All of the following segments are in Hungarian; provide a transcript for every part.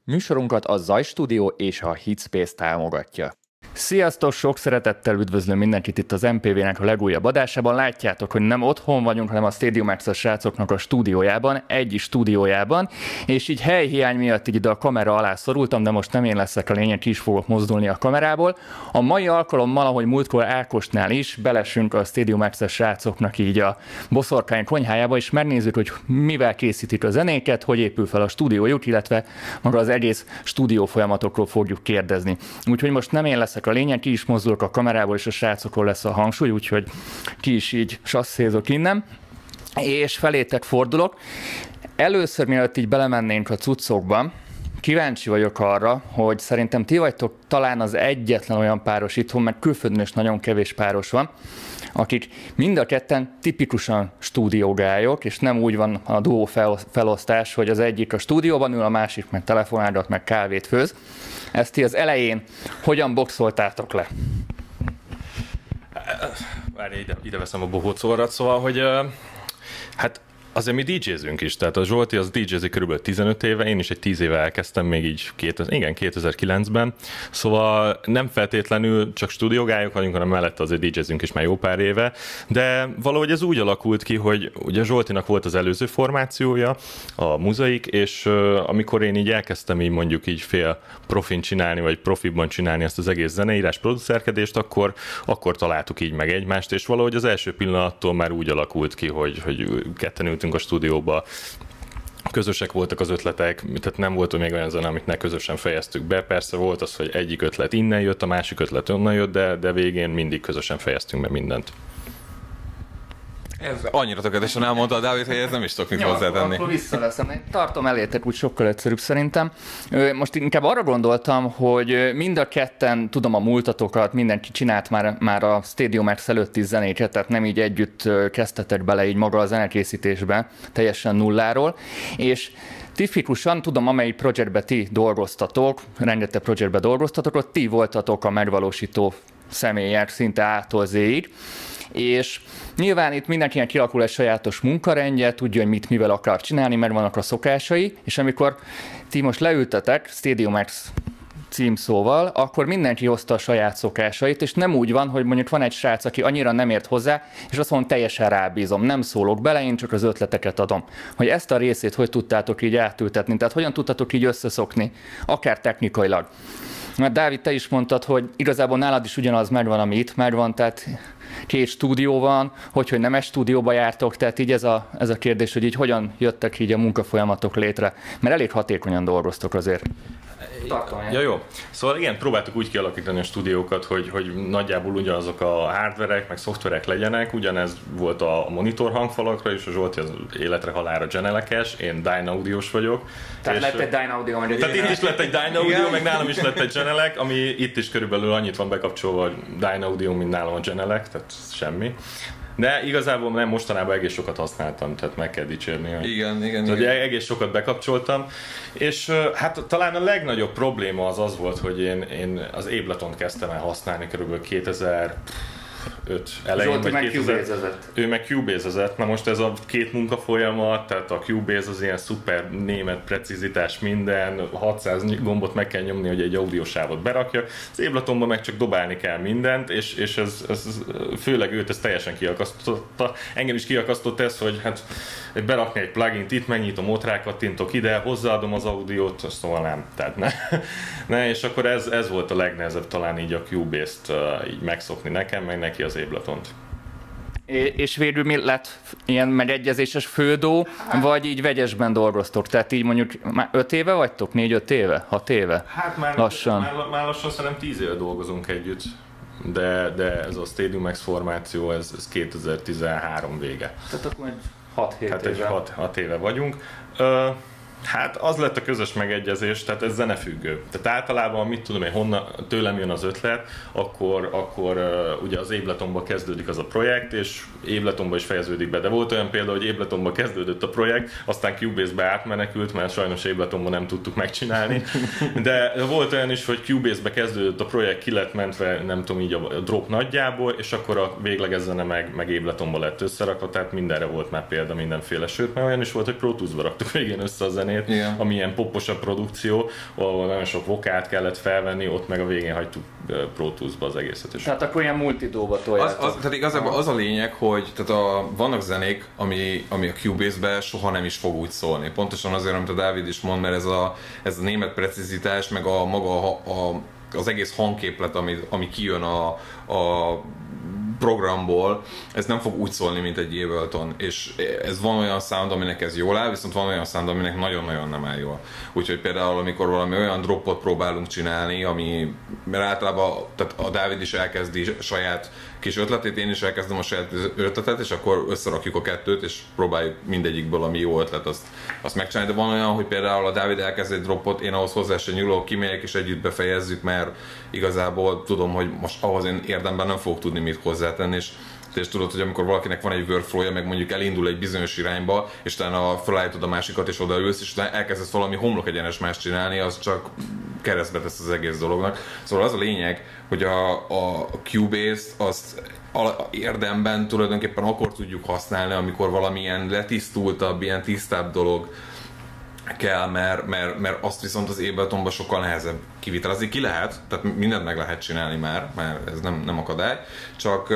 Műsorunkat a Zaj Studio és a Hitspace támogatja. Sziasztok! Sok szeretettel üdvözlöm mindenkit itt az MPV-nek a legújabb adásában. Látjátok, hogy nem otthon vagyunk, hanem a Stadium Access srácoknak a stúdiójában, egy stúdiójában, és így helyhiány miatt így ide a kamera alá szorultam, de most nem én leszek a lényeg, ki is fogok mozdulni a kamerából. A mai alkalommal, ahogy múltkor Ákosnál is, belesünk a Stadium Access srácoknak így a boszorkány konyhájába, és megnézzük, hogy mivel készítik a zenéket, hogy épül fel a stúdiójuk, illetve maga az egész stúdió folyamatokról fogjuk kérdezni. Úgyhogy most nem én leszek a lényeg, ki is mozdulok a kamerából, és a srácokról lesz a hangsúly, úgyhogy ki is így sasszézok innen, és felétek fordulok. Először, mielőtt így belemennénk a cuccokba, kíváncsi vagyok arra, hogy szerintem ti vagytok talán az egyetlen olyan páros itthon, mert külföldön is nagyon kevés páros van, akik mind a ketten tipikusan stúdiógályok, és nem úgy van a duó felosztás, hogy az egyik a stúdióban ül, a másik meg telefonálgat, meg kávét főz. Ezt ti az elején hogyan boxoltátok le? Várj, ide veszem a bohócorrat, szóval, hogy hát azért mi DJ-zünk is, tehát a Zsolti az DJ-zik körülbelül 15 éve, én is egy 10 éve elkezdtem még így 2009-ben, szóval nem feltétlenül csak stúdiógályok vagyunk, hanem mellette azért DJ-zünk is már jó pár éve, de valahogy ez úgy alakult ki, hogy ugye Zsoltinak volt az előző formációja, a Muzaik, és amikor én így elkezdtem így mondjuk így fél profin csinálni, vagy profiban csinálni ezt az egész zeneírás, producerkedést, akkor találtuk így meg egymást, és valahogy az első pillanattól már úgy alakult ki, hogy ketten ültünk a stúdióba, közösek voltak az ötletek, tehát nem volt még olyan zene, amit ne közösen fejeztük be. Persze volt az, hogy egyik ötlet innen jött, a másik ötlet onnan jött, de végén mindig közösen fejeztünk be mindent. Ez annyira tökéletesen elmondta Dávid, hogy ez nem is tudok mit hozzátenni. Akkor visszaleszem. Én tartom elétek úgy sokkal egyszerűbb szerintem. Most inkább arra gondoltam, hogy mind a ketten tudom a múltatokat, mindenki csinált már a Stadium Access előtt is zenéket, tehát nem így együtt kezdtetek bele így maga a zenekészítésbe, teljesen nulláról, és tipikusan tudom, amelyik projektben ti dolgoztatok, rengeteg projektben dolgoztatok, ott ti voltatok a megvalósító személyek szinte A-tól Z-ig, és nyilván itt mindenkinek kialakul egy sajátos munkarendje, tudja, hogy mit mivel akar csinálni, mert vannak a szokásai, és amikor ti most leültetek Stadium Access címszóval, akkor mindenki hozta a saját szokásait, és nem úgy van, hogy mondjuk van egy srác, aki annyira nem ért hozzá, és azt mondom, teljesen rábízom, nem szólok bele, én csak az ötleteket adom. Hogy ezt a részét hogy tudtátok így átültetni, tehát hogyan tudtátok így összeszokni, akár technikailag. Mert Dávid, te is mondtad, hogy igazából nálad is ugyanaz megvan, ami itt megvan, tehát két stúdió van, hogy nem egy stúdióba jártok, tehát így ez a kérdés, hogy így hogyan jöttek így a munkafolyamatok létre, mert elég hatékonyan dolgoztok azért. Ja, jó. Szóval igen, próbáltuk úgy kialakítani a stúdiókat, hogy nagyjából ugyanazok a hardverek, meg szoftverek legyenek, ugyanez volt a monitor hangfalakra is, a Zsolti az életre halálra Genelec-es, én Dynaudiós vagyok. Tehát lett egy Dynaudio, meg egy Tehát itt is lett egy Dynaudio, meg nálam is lett egy Genelec, ami itt is körülbelül annyit van bekapcsolva a Dynaudio, mint nálam a Genelec, tehát semmi. De igazából nem, mostanában egész sokat használtam, tehát meg kell dicsérni. Igen. Egész sokat bekapcsoltam, és hát talán a legnagyobb probléma az volt, hogy én az Abletont kezdtem el használni körülbelül 2005 elején. Zsolti meg Cubase-ezett. Ő meg Cubase-ezett. Na most ez a két munkafolyamat, tehát a Cubase az ilyen szuper német precizitás minden, 600 gombot meg kell nyomni, hogy egy audiosávot berakja. Az Abletonban meg csak dobálni kell mindent, és ez főleg őt ez teljesen kiakasztotta. Engem is kiakasztott ez, hogy hát berakni egy plugint itt, megnyitom, ott rákattintok ide, hozzáadom az audiót, szóval nem. Tehát ne, és akkor ez volt a legnehezebb talán így a Cubase-t így megszokni nekem, meg neki az Abletont. És végül mi lett ilyen megegyezéses fődó, vagy így vegyesben dolgoztok? Tehát így mondjuk már 5 éve vagytok? 4-5 éve? 6 éve? Hát már lassan szerintem 10 éve dolgozunk együtt, de ez a Stadium Access formáció, ez 2013 vége. Tehát akkor 6-7 éve. Hát egy 6 éve vagyunk. Hát az lett a közös megegyezés, tehát ez zenefüggő. Tehát általában, mit tudom én, honnan tőlem jön az ötlet, akkor ugye az Abletonba kezdődik az a projekt, és Abletonba is fejeződik be. De volt olyan példa, hogy Abletonba kezdődött a projekt, aztán Cubase-be átmenekült, mert sajnos Abletonba nem tudtuk megcsinálni. De volt olyan is, hogy Cubase-be kezdődött a projekt, ki lett mentve, nem tudom, így a drop nagyjából, és akkor a végleges zene meg Abletonba lett összerakva, tehát mindenre volt már példa, mindenféle. Sőt, mert olyan is volt, hogy Pro Tools-ba raktuk végén össze a zenét, zenét, ami ilyen poposabb produkció, ahol nagyon sok vokát kellett felvenni, ott meg a végén hagytuk Pro Tools-ba az egészet. Tehát akkor ilyen multidóba toljátok. Tehát igazából az a lényeg, hogy tehát vannak zenék, ami a Cubase-be soha nem is fog úgy szólni. Pontosan azért, amit a Dávid is mond, mert ez a német precizitás, meg az egész hangképlet, ami kijön a programból, ez nem fog úgy szólni, mint egy Ableton, és ez van olyan sound, aminek ez jól áll, viszont van olyan sound, aminek nagyon-nagyon nem áll jól. Úgyhogy például, amikor valami olyan dropot próbálunk csinálni, mert általában tehát a Dávid is elkezdi saját kis ötletét, én is elkezdem a saját ötletet, és akkor összerakjuk a kettőt, és próbáljuk mindegyikből, ami jó ötlet, azt megcsinálni. De van olyan, hogy például a Dávid elkezd egy dropot, én ahhoz hozzá se nyúlok, kimegyek és együtt befejezzük, mert igazából tudom, hogy most ahhoz én érdemben nem fogok tudni mit hozzátenni, és tudod, hogy amikor valakinek van egy workflow-ja, meg mondjuk elindul egy bizonyos irányba, és utána felállítod a másikat, és odaülsz, és utána elkezdesz valami homlok egyenes más csinálni, az csak keresztbe tesz az egész dolognak. Szóval az a lényeg, hogy a Cubase-t azt érdemben tulajdonképpen akkor tudjuk használni, amikor valamilyen letisztultabb, ilyen tisztább dolog kell, mert azt viszont az Abletonban sokkal nehezebb kivitelezni. Ki lehet, tehát mindent meg lehet csinálni már ez nem akadály, csak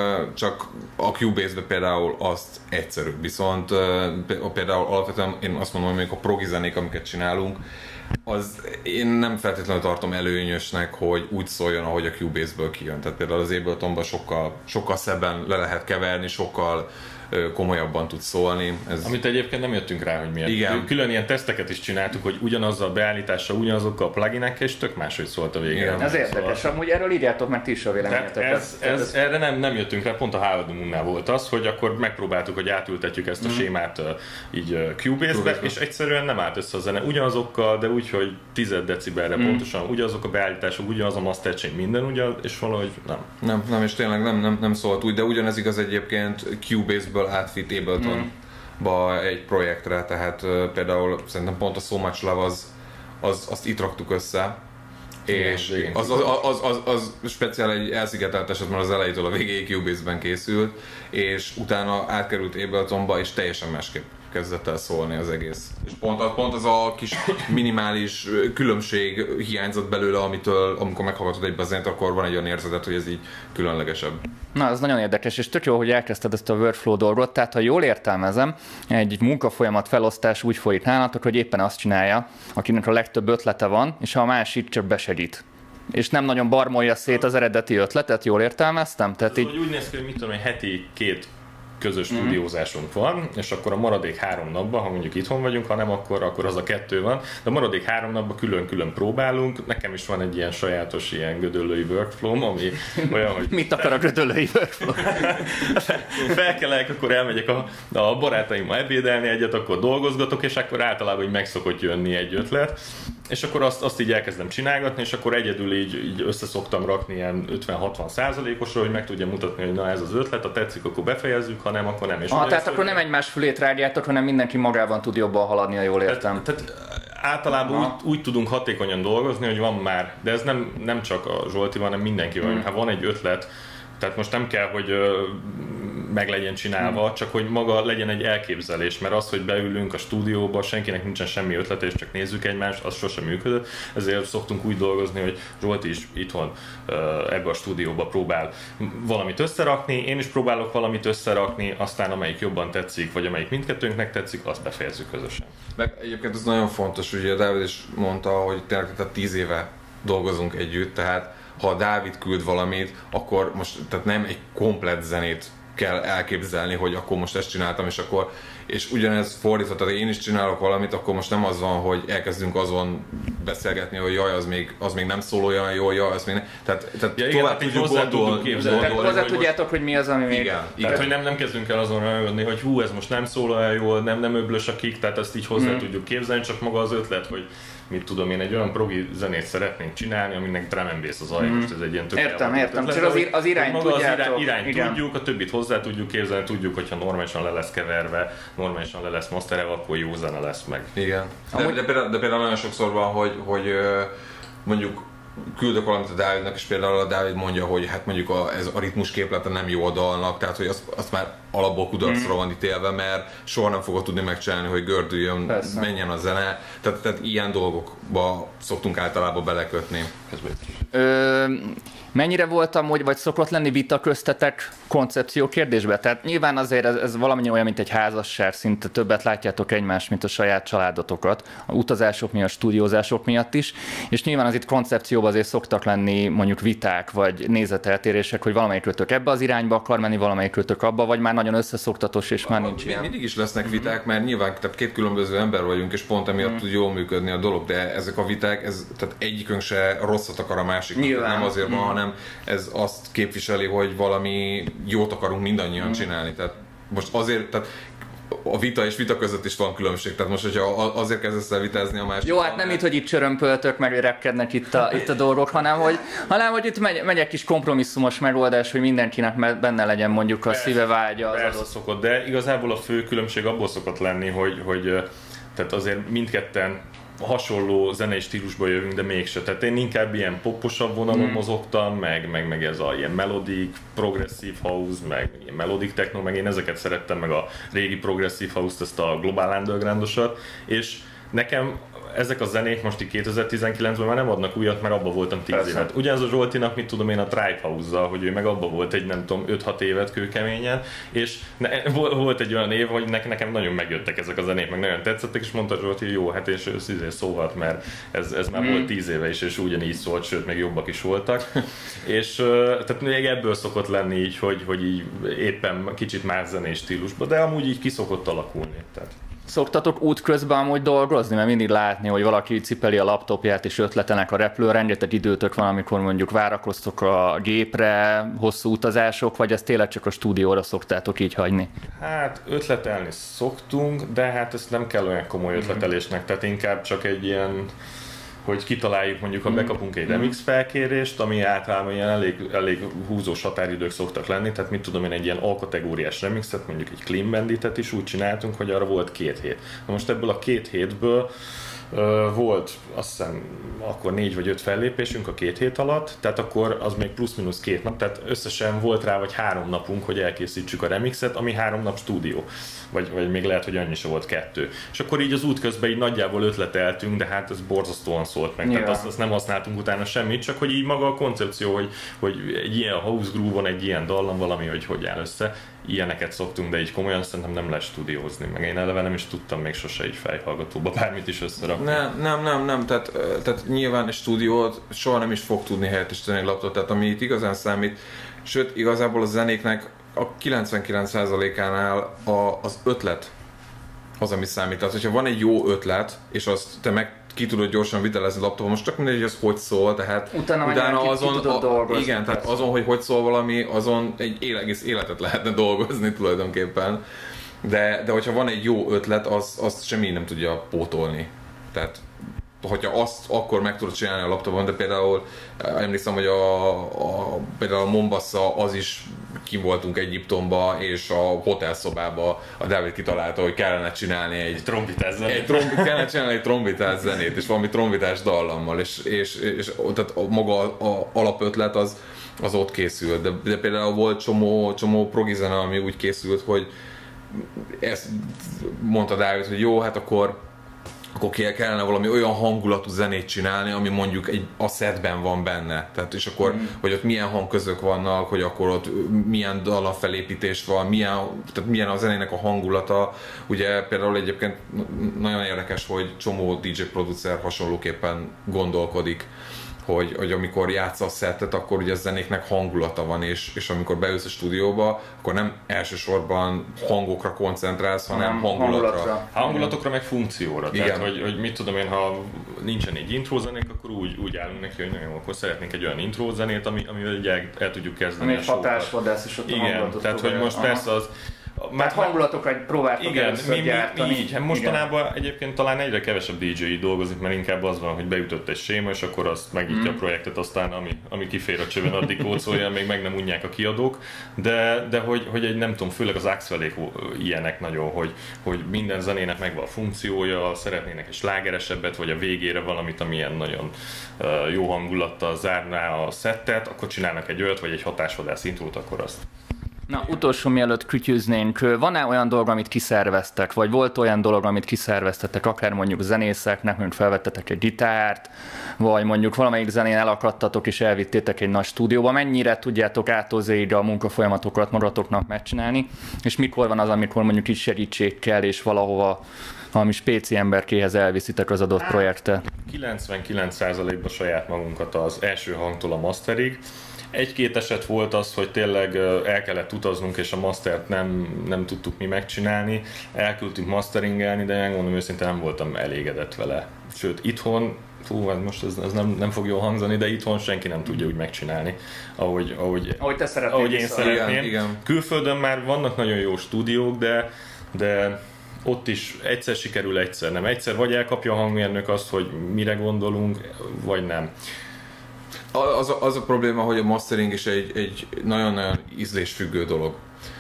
a Cubase-be például azt egyszerű. Viszont például alapvetően én azt mondom, hogy a progi zenék, amiket csinálunk, az én nem feltétlenül tartom előnyösnek, hogy úgy szóljon, ahogy a Cubase-ből kijön. Tehát például az Abletonban sokkal szebben le lehet keverni, sokkal komolyabban tud szólni. Amit egyébként nem jöttünk rá, hogy miért. Igen. Külön ilyen teszteket is csináltuk, hogy ugyanazzal a beállítással, ugyanazokkal a pluginekkel, és tök máshogy szólt a végén. Ez érdekes, amúgy erről írjátok meg ti is a véleményetek. Erre nem jöttünk rá, pont a Howard Moon-nál volt az, hogy akkor megpróbáltuk, hogy átültetjük ezt a sémát így Cubase-be, és egyszerűen nem állt össze a zene ugyanazokkal, de úgy, hogy 10 decibelre pontosan ugyanazok a beállítások, ugyanaz a master chain, minden ugyan, és valahogy nem. Nem, és tényleg nem szólt úgy, de ugyanez igaz egyébként Cubase-ből átvitt Abletonba egy projektre, tehát például szerintem pont a So Much Love azt itt raktuk össze, és az speciál egy elszigetelt eset, mert az elejétől a végéig Cubase-ben készült, és utána átkerült Abletonba, és teljesen másképp kezdett el szólni az egész. És pont az a kis minimális különbség hiányzott belőle, amikor meghallgatod egy zenét, akkor van egy olyan érzetet, hogy ez így különlegesebb. Na, ez nagyon érdekes, és tök jó, hogy elkezdted ezt a workflow dolgot, tehát ha jól értelmezem, egy munkafolyamat felosztás úgy folyik nálatok, hogy éppen azt csinálja, akinek a legtöbb ötlete van, és ha a másik csak besegít. És nem nagyon barmolja szét az eredeti ötletet, jól értelmeztem? Tehát így... Úgy néz ki, hogy mit tudom, hogy heti 2 közös stúdiózásunk van, és akkor a maradék 3 napban, ha mondjuk itthon vagyunk, ha nem, akkor az a 2 van, de a maradék 3 napban külön-külön próbálunk. Nekem is van egy ilyen sajátos ilyen gödöllői workflow, ami olyan, hogy... Mit akar a gödöllői workflow? Felkelek, akkor elmegyek a barátaimmal ebédelni egyet, akkor dolgozgatok, és akkor általában így meg szokott jönni egy ötlet, és akkor azt így elkezdem csinálgatni, és akkor egyedül így összeszoktam rakni ilyen 50-60%-osra, hogy meg tudjam mutatni, hogy na ez az ötlet, ha tetszik, akkor befejezzük, ha nem, akkor nem. És tehát akkor nem egymás fülét rágjátok, hanem mindenki magában tud jobban haladni, ha jól értem. Tehát általában úgy tudunk hatékonyan dolgozni, hogy van már, de ez nem csak a Zsolti van, hanem mindenki van. Ha van egy ötlet, tehát most nem kell, hogy meg legyen csinálva, csak hogy maga legyen egy elképzelés, mert az, hogy beülünk a stúdióba, senkinek nincsen semmi ötlete, és csak nézzük egymást, az sosem működött. Ezért szoktunk úgy dolgozni, hogy Zsolti is itthon ebbe a stúdióba próbál valamit összerakni, én is próbálok valamit összerakni, aztán amelyik jobban tetszik, vagy amelyik mindkettőnknek tetszik, azt befejezzük közösen. Meg egyébként ez nagyon fontos, ugye Dávid is mondta, hogy tényleg tehát 10 éve dolgozunk együtt, tehát ha a Dávid küld valamit, akkor most tehát nem egy komplett zenét kell elképzelni, hogy akkor most ezt csináltam, és ugyanez fordítva, tehát én is csinálok valamit, akkor most nem az van, hogy elkezdünk azon beszélgetni, hogy jaj, az még nem szól olyan jól, jaj, az még nem. Tehát tovább tudjuk gondolni. Tehát hozzá tudjátok, hogy mi az, ami még... Igen. Tehát, hogy nem kezdünk el azon rajongani, hogy hú, ez most nem szól olyan jól, nem öblös a kick, tehát ezt így hozzá tudjuk képzelni, csak maga az ötlet, hogy mit tudom én, egy olyan progi zenét szeretnénk csinálni, aminek drum and bass az alja, most ez egy ilyen tök Értem, csak az irányt tudjátok. Az irányt tudjuk, a többit hozzá tudjuk képzelni, tudjuk, hogyha normálisan le lesz keverve, normálisan le lesz masterelve, akkor jó zene lesz meg. Igen. De például nagyon sokszor van, hogy mondjuk küldök valamit a Dávidnak, és például a Dávid mondja, hogy hát mondjuk ez a ritmus képlete nem jó a dalnak, tehát hogy azt már alapból kudarcra van ítélve, mert soha nem fogod tudni megcsinálni, hogy gördüljön, persze, menjen a zene. Tehát ilyen dolgokba szoktunk általában belekötni. Mennyire volt amúgy, vagy szokott lenni vita köztetek koncepció kérdésben? Tehát nyilván azért ez valami olyan, mint egy házasság, szinte többet látjátok egymást, mint a saját családotokat, a utazások miatt, a stúdiózások miatt is, és nyilván az itt koncepcióban azért szoktak lenni mondjuk viták, vagy nézeteltérések, hogy valamelyikőtök ebbe az irányba akar menni, valamelyikőtök abba, vagy már nagyon összeszoktatos, és már nincs ilyen. Mindig is lesznek viták, mert nyilván tehát két különböző ember vagyunk, és pont emiatt tud jól működni a dolog, de ezek a viták, tehát egyikünk se rosszat akar a másiknak, nem azért van, hanem ez azt képviseli, hogy valami jót akarunk mindannyian csinálni. Tehát most azért, tehát a vita és vita között is van különbség, tehát most, hogyha azért kezdesz el vitázni a másik. Jó, hát nem itt, hogy itt csörömpöltök, meg repkednek itt a dolgok, hanem hogy itt megy egy kis kompromisszumos megoldás, hogy mindenkinek benne legyen mondjuk a szíve vágya. Persze szokott, de igazából a fő különbség abból szokott lenni, hogy tehát azért mindketten hasonló zenei stílusból jövünk, de mégse. Tehát én inkább ilyen poposabb vonalon mozogtam, meg ez a ilyen melodic, progressive house, meg ilyen melodic techno, meg én ezeket szerettem, meg a régi progressive house-t, ezt a Global Underground-osat, és nekem ezek a zenék most így 2019-ben már nem adnak újat, mert abba voltam 10 évet. Ugyanaz a Zsoltinak, mit tudom én, a Tribe House-zal, hogy ő meg abba volt egy nem tudom 5-6 évet kőkeményen, és volt egy olyan év, hogy nekem nagyon megjöttek ezek a zenék, meg nagyon tetszettek, és mondta Zsolti, jó, hát és szólhat, mert ez már volt 10 éve is, és ugyanígy szólt, sőt, még jobbak is voltak. És tehát még ebből szokott lenni így, hogy így éppen kicsit más zenés stílusban, de amúgy így ki szokott alakulni. Tehát. Szoktatok útközben amúgy dolgozni, mert mindig látni, hogy valaki cipeli a laptopját és ötletenek a repülő, rengeteg időtök van, amikor mondjuk várakoztok a gépre, hosszú utazások, vagy ezt tényleg csak a stúdióra szoktátok így hagyni? Hát ötletelni szoktunk, de hát ezt nem kell olyan komoly ötletelésnek, tehát inkább csak egy ilyen, hogy kitaláljuk, mondjuk, ha bekapunk egy remix felkérést, ami általában ilyen elég húzós határidők szoktak lenni, tehát mit tudom én, egy ilyen A-kategóriás remixet, mondjuk egy Clean Banditet is úgy csináltunk, hogy arra volt 2 hét. Na most ebből a 2 hétből volt azt hiszem akkor 4 vagy 5 fellépésünk a 2 hét alatt, tehát akkor az még plusz-minusz 2 nap, tehát összesen volt rá vagy 3 napunk, hogy elkészítsük a remixet, ami 3 nap stúdió, vagy még lehet, hogy annyi se volt 2. És akkor így az út közben így nagyjából ötleteltünk, de hát ez borzasztóan szólt meg, tehát azt nem használtunk utána semmit, csak hogy így maga a koncepció, hogy egy ilyen house groove-on egy ilyen dallam valami, hogy áll össze, ilyeneket szoktunk, de így komolyan szerintem nem lehet stúdiózni, meg én eleve nem is tudtam még sose így fejhallgatóba bármit is összerakni. Nem, tehát nyilván egy stúdiót soha nem is fog tudni helyettesíteni egy laptop, tehát ami itt igazán számít, sőt igazából a zenéknek a 99%-ánál az ötlet az, ami számít. Tehát, hogyha van egy jó ötlet, és azt te meg ki tudod gyorsan vitelezni laptopon, most csak mindegy, hogy az hogy szól, tehát utána azon, igen, tehát azon, hogy szól valami, azon egy egész életet lehetne dolgozni tulajdonképpen. De hogyha van egy jó ötlet, azt semmi nem tudja pótolni. Tehát hogyha azt akkor meg tudod csinálni a laptopon, de például emlékszem, hogy például a Mombasa, az is kim voltunk Egyiptomba, és a hotelszobába a Dávid kitalálta, hogy kellene csinálni egy trombitás zenét. Kellene csinálni egy trombitás zenét, és valami trombitás dallammal, és tehát maga a alapötlet az ott készült, de például volt csomó progi zene, ami úgy készült, hogy ezt mondta Dávid, hogy jó, hát akkor kellene valami olyan hangulatú zenét csinálni, ami mondjuk a setben van benne. Tehát, és akkor, hogy ott milyen hangközök vannak, hogy akkor ott milyen dallamfelépítés van, milyen a zenének a hangulata. Ugye például egyébként nagyon érdekes, hogy csomó DJ producer hasonlóképpen gondolkodik, hogy amikor játszasz szettet, akkor ugye a zenéknek hangulata van, és amikor beülsz a stúdióba, akkor nem elsősorban hangokra koncentrálsz, hanem hangulatra. Hangulatokra meg funkcióra. Igen. Tehát, hogy mit tudom én, ha nincsen egy intro zenék, akkor úgy állunk neki, hogy nagyon akkor szeretnénk egy olyan intro zenét, amivel el tudjuk kezdeni a show-t. Hatásvadász is ott a igen, tehát hogy most persze Már hangulatokat próbáltak először gyártani. Így. Mostanában egyébként talán egyre kevesebb DJ dolgozik, mert inkább az van, hogy beütött egy séma, és akkor azt megnyitja a projektet, aztán ami kifér a csövön, addig kócolja, még meg nem unják a kiadók. De hogy egy, nem tudom, főleg az Axelék ilyenek nagyon, hogy minden zenének megvan a funkciója, szeretnének egy slágeresebbet, vagy a végére valamit, amilyen nagyon jó hangulattal zárná a szettet, akkor csinálnak egy olyat, vagy egy hatásvadász intrót, akkor azt. Na, utolsó mielőtt kütyűznénk, van-e olyan dolog, amit kiszerveztek, vagy volt olyan dolog, amit kiszerveztetek, akár mondjuk zenészeknek, mondjuk felvettetek egy gitárt, vagy mondjuk valamelyik zenén elakadtatok és elvittétek egy nagy stúdióba, mennyire tudjátok átolzni a munkafolyamatokat magatoknak megcsinálni, és mikor van az, amikor mondjuk is segítségkel és valahova valami spéci emberkéhez elviszitek az adott projektet? 99%-ban saját magunkat az első hangtól a masterig. Egy-két eset volt az, hogy tényleg el kellett utaznunk, és a mastert nem tudtuk mi megcsinálni. Elküldtünk masteringelni, de megmondom őszintén nem voltam elégedett vele. Sőt, itthon, most ez nem fog jól hangzani, de itthon senki nem tudja úgy megcsinálni, ahogy te szeretnél. Ahogy én szeretném. Igen. Külföldön már vannak nagyon jó stúdiók, de ott is egyszer sikerül, egyszer nem. Egyszer vagy elkapja a hangmérnök azt, hogy mire gondolunk, vagy nem. Az a probléma, hogy a mastering is egy nagyon-nagyon ízlésfüggő dolog.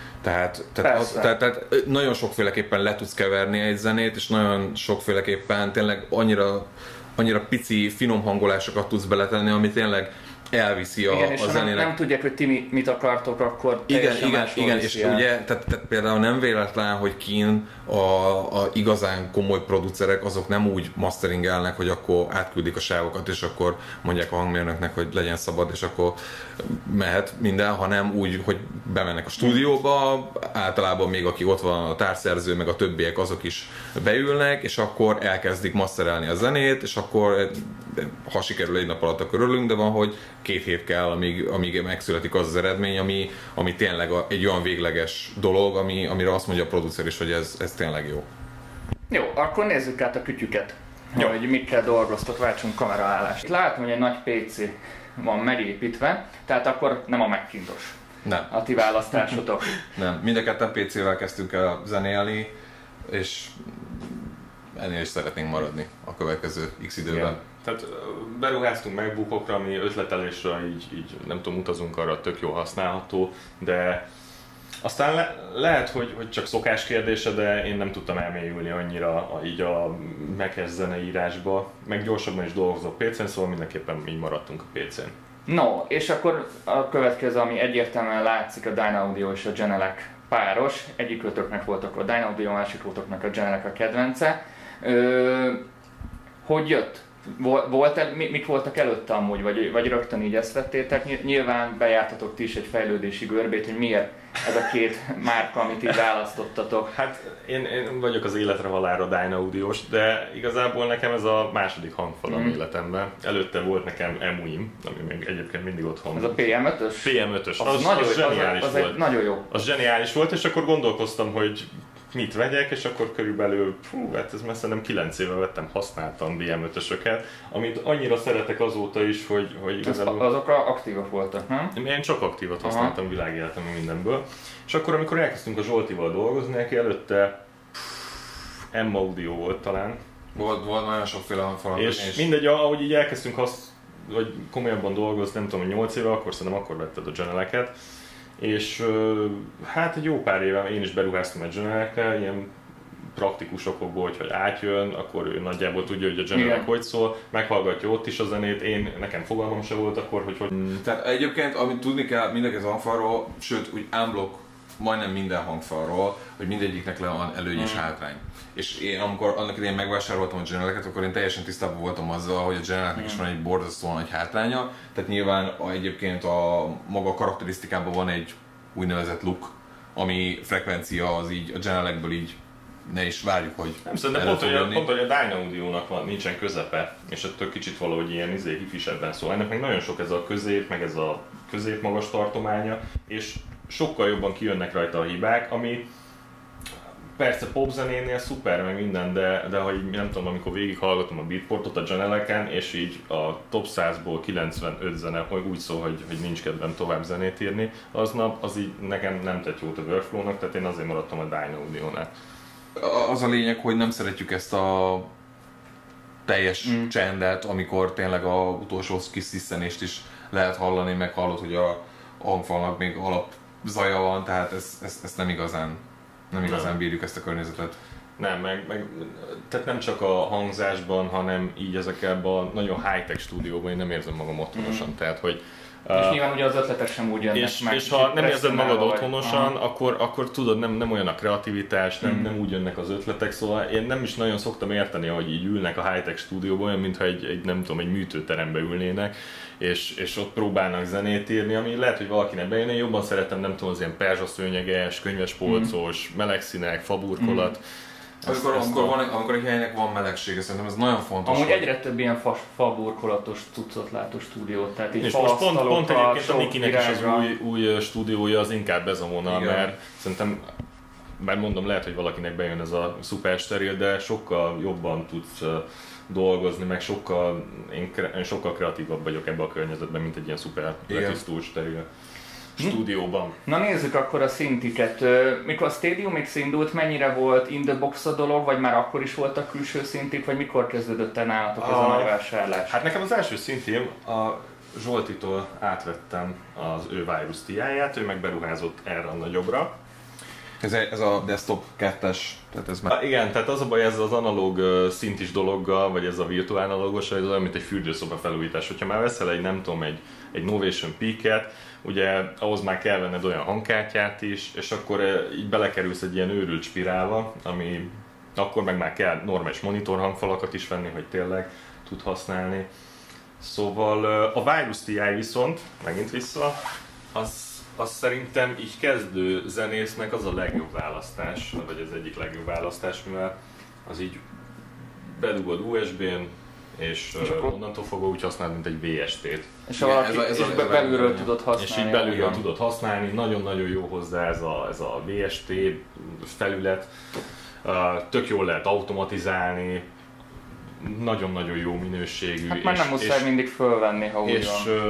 Tehát nagyon sokféleképpen le tudsz keverni egy zenét, és nagyon sokféleképpen tényleg annyira pici, finom hangolásokat tudsz beletenni, ami tényleg elviszi igen, a és zenének. Nem tudják, hogy ti mit akartok, akkor igen, és ugye, tehát például nem véletlen, hogy kín a igazán komoly producerek, azok nem úgy masteringelnek, hogy akkor átküldik a sávokat, és akkor mondják a hangmérnöknek, hogy legyen szabad, és akkor mehet minden, hanem úgy, hogy bemennek a stúdióba, általában még aki ott van, a társszerző, meg a többiek, azok is beülnek, és akkor elkezdik masterelni a zenét, és akkor ha sikerül egy nap alatt, akkor örülünk, de van, hogy 2 hét kell, amíg megszületik az eredmény, ami tényleg egy olyan végleges dolog, amire azt mondja a producer is, hogy ez tényleg jó. Jó, akkor nézzük át a kütyüket, hogy mikkel dolgoztok, váltsunk kameraállást. Látom, hogy egy nagy PC van megépítve, tehát akkor nem a Macintosh. Nem. A ti választásotok. Nem, mind a ketten PC-vel kezdtünk el zenélni, és ennél is szeretnénk maradni a következő x időben. Igen. Tehát beruháztunk MacBookokra, ami ötletelésre így nem tudom, utazunk arra, tök jó használható, de aztán lehet, hogy csak szokás kérdése, de én nem tudtam elmélyülni annyira így a Mac-es zeneírásba, meg gyorsabban is dolgozok PC-n, szóval mindenképpen így maradtunk a PC-n. No, és akkor a következő, ami egyértelműen látszik, a Dynaudio és a Genelec páros. Egyikőtöknek voltak a Dynaudio, a másikőtöknek a Genelec a kedvence. Hogy jött? Mik voltak előtte amúgy, vagy rögtön így ezt vettétek? Nyilván bejártatok ti is egy fejlődési görbét, hogy miért ez a két márka, amit így választottatok. Hát én vagyok az életre halálra Dynaudiós, de igazából nekem ez a második hangfalam életemben. Előtte volt nekem EMU-im, ami még egyébként mindig otthon. Ez a PM5-ös? PM5-ös, az zseniális volt. Nagyon jó. Az zseniális volt, és akkor gondolkoztam, hogy mit vegyek, és akkor körülbelül, hát ez messze nem 9 éve vettem, használtam BM5-ösöket, amit annyira szeretek azóta is, hogy igazából... Azok aktívak voltak, nem? Én csak aktívat használtam világéletem mindenből. És akkor, amikor elkezdtünk a Zsoltival dolgozni, neki előtte M-Audio volt talán. Volt nagyon sokféle hangfalat. És mindegy, ahogy így elkezdtünk hogy komolyabban dolgozni, nem tudom, hogy 8 éve, akkor vetted a Genelecet. És hát egy jó pár éve én is beruháztam egy Genelecre, ilyen praktikus okokból, hogy átjön, akkor ő nagyjából tudja, hogy a Genelec hogy szól, meghallgatja ott is a zenét, nekem fogalmam se volt akkor, hogy... Tehát egyébként, amit tudni kell mindenki az hangfalról, sőt úgy unblock majdnem minden hangfalról, hogy mindegyiknek le van előny és hátrány. És én amikor annak idején megvásároltam a Genelecet, akkor én teljesen tisztában voltam azzal, hogy a Genelecnek is van egy borzasztóan nagy hátránya. Tehát nyilván egyébként a maga karakterisztikában van egy úgynevezett look, ami frekvencia az így a Genelecből így ne is várjuk, hogy nem szerintem pont, hogy a Dynaudio-nak nincsen közepe, és ettől kicsit valahogy ilyen hifisebben szól. Ennek meg nagyon sok ez a közép, meg ez a közép-magas tartománya, és sokkal jobban kijönnek rajta a hibák, ami persze popzenénél szuper, meg minden, de hogy nem tudom, amikor végighallgatom a Beatportot a Janeleken, és így a top 100-ból 95 zene, hogy úgy szól, hogy nincs kedvem tovább zenét írni, aznap az így nekem nem tett jót a workflow-nak, tehát én azért maradtam a Dino Audio-nál. Az a lényeg, hogy nem szeretjük ezt a teljes csendet, amikor tényleg a utolsó kis sziszenést is lehet hallani, meg hallod, hogy a hangfalnak még alapzaja van, tehát ezt nem igazán bírjuk ezt a környezetet. Nem, tehát nem csak a hangzásban, hanem így ezekben a nagyon high-tech stúdióban én nem érzem magam otthonosan, tehát hogy és nyilván ugye az ötletek sem úgy jönnek meg. És ha nem érzed magad otthonosan, akkor tudod, nem olyan a kreativitás, nem úgy jönnek az ötletek, szóval én nem is nagyon szoktam érteni, hogy így ülnek a high-tech stúdióban, olyan, mintha egy műtőterembe ülnének, és ott próbálnak zenét írni, ami lehet, hogy valakinek bejön, én jobban szeretem, nem tudom, az ilyen perzsaszőnyeges, könyvespolcos, meleg színek, faburkolat. Amikor egy helynek van melegsége, szerintem ez nagyon fontos. Amúgy egyre több ilyen faburkolatos cuccot lát a stúdiót, tehát így és most pont egyébként a Nikinek is az új stúdiója az inkább ez a vonal, mert szerintem, bár mondom, lehet, hogy valakinek bejön ez a szuper steril, de sokkal jobban tudsz dolgozni, meg én sokkal kreatívabb vagyok ebben a környezetben, mint egy ilyen szuper letisztult steril stúdióban. Na nézzük akkor a szintiket. Mikor a Stadium Mix indult, mennyire volt in the box a dolog, vagy már akkor is voltak külső szintik, vagy mikor kezdődött el nálatok ez a nagy vásárlás? Hát nekem az első szintém a Zsoltitól átvettem az ő Virus TI-ját, ő meg beruházott erre a nagyobbra. Ez a desktop 2-es, tehát ez már... Igen, tehát az a baj ezzel az analóg szintis dologgal, vagy ez a virtuál analógos, ez olyan, mint egy fürdőszoba felújítás. Hogyha már veszel egy Novation Peak-et, ugye ahhoz már kell venned olyan hangkártyát is, és akkor így belekerülsz egy ilyen őrült spirálba, ami akkor meg már kell normális monitor hangfalakat is venni, hogy tényleg tud használni. Szóval a Virus TI viszont, megint vissza, az szerintem így kezdő zenésznek az a legjobb választás, vagy az egyik legjobb választás, mivel az így bedugod USB-n, és onnantól fogva úgy használod, mint egy VST-t. És valaki belülről tudod használni. És így belülről tudod használni, nagyon-nagyon jó hozzá ez a VST felület. Tök jól lehet automatizálni, nagyon-nagyon jó minőségű. Hát már nem muszáj mindig fölvenni, ha úgy